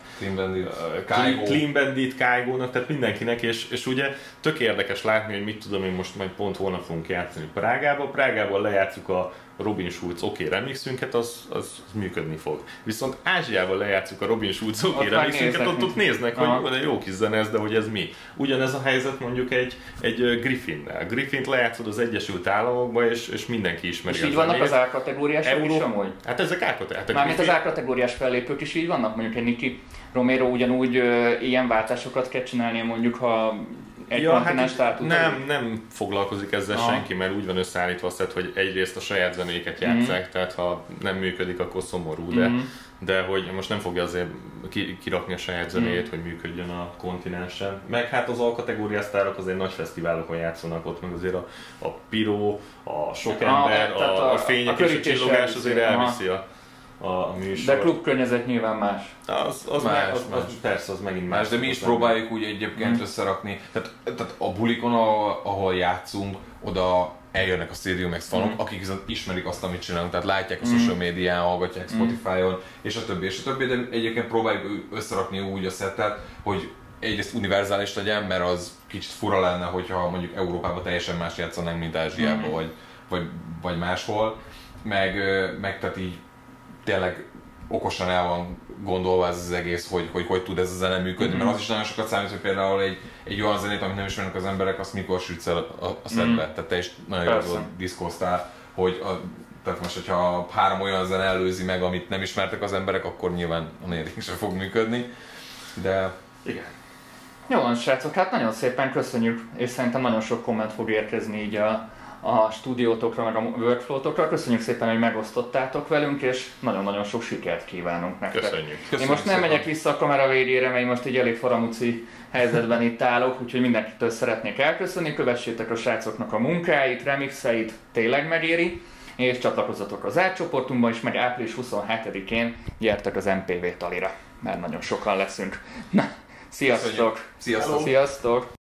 Clean Bandit, Kygo-nak, tehát mindenkinek, és ugye tök érdekes látni, hogy mit tudom én most majd pont holnap fogunk játszani Prágában lejátszuk a Robin Schulz remixünket, az működni fog. Viszont Ázsiával lejátszuk a Robin Schulz remixünket, ott néznek, hogy jó kis zene ez, de hogy ez mi. Ugyanez a helyzet mondjuk egy Griffinnel. Griffint lejátszod az Egyesült Államokba, és mindenki ismeri. És így vannak az A-kategóriások is amúgy? Hát ezek A-kategóriások. Mármint az A-kategóriás fellépők is így vannak, mondjuk egy Nicky Romero ugyanúgy ilyen váltásokat kell csinálnia, mondjuk ha egy kontinens át tud nem foglalkozik ezzel senki, mert úgy van összeállítva a set, hogy egyrészt a saját zenéket játsszák, tehát ha nem működik, akkor szomorú, de hogy most nem fogja azért kirakni a saját zenéjét, hogy működjön a kontinensen. Meg hát az alkategóriás sztárok azért nagy fesztiválokon játszanak ott, meg azért a piró, a sok ember, a fények és a csillogás azért elviszi a műsor. De klubkörnyezet nyilván más. Az más. Persze, az megint más. De mi is próbáljuk úgy egyébként összerakni. Tehát a bulikon, ahol játszunk, oda eljönnek a Stadium X fanok, akik viszont ismerik azt, amit csinálunk, tehát látják a social médián, hallgatják Spotify-on, és a többi, de egyébként próbáljuk összerakni úgy a szettet, hogy egyrészt univerzális legyen, mert az kicsit fura lenne, hogyha mondjuk Európában teljesen más játszanánk, mint Ázsiában, vagy máshol, meg tehát így tényleg okosan el van gondolva ez az egész, hogy tud ez a zene működni, mert az is nagyon sokat számít, hogy például egy olyan zenét, amit nem ismernek az emberek, azt mikor sütsz el a szedbe. Tehát te is nagyon jól diszkóztál, hogy tehát most, hogyha 3 olyan zene előzi meg, amit nem ismertek az emberek, akkor nyilván a 4. sem fog működni, de igen. Jó van, srácok, hát nagyon szépen köszönjük, és szerintem nagyon sok komment fog érkezni így a stúdiótokra, meg a workflow-tokra. Köszönjük szépen, hogy megosztottátok velünk, és nagyon-nagyon sok sikert kívánunk nektek. Köszönjük. Én most nem megyek vissza a kamera végére, mert én most így elég faramúci helyzetben itt állok, úgyhogy mindenkitől szeretnék elköszönni. Kövessétek a srácoknak a munkáit, remixeit, tényleg megéri, és csatlakozzatok az átcsoportunkba is, meg április 27-én gyertek az MPV talira, mert nagyon sokan leszünk. Na, sziasztok! Sziasztok! Sziasztok!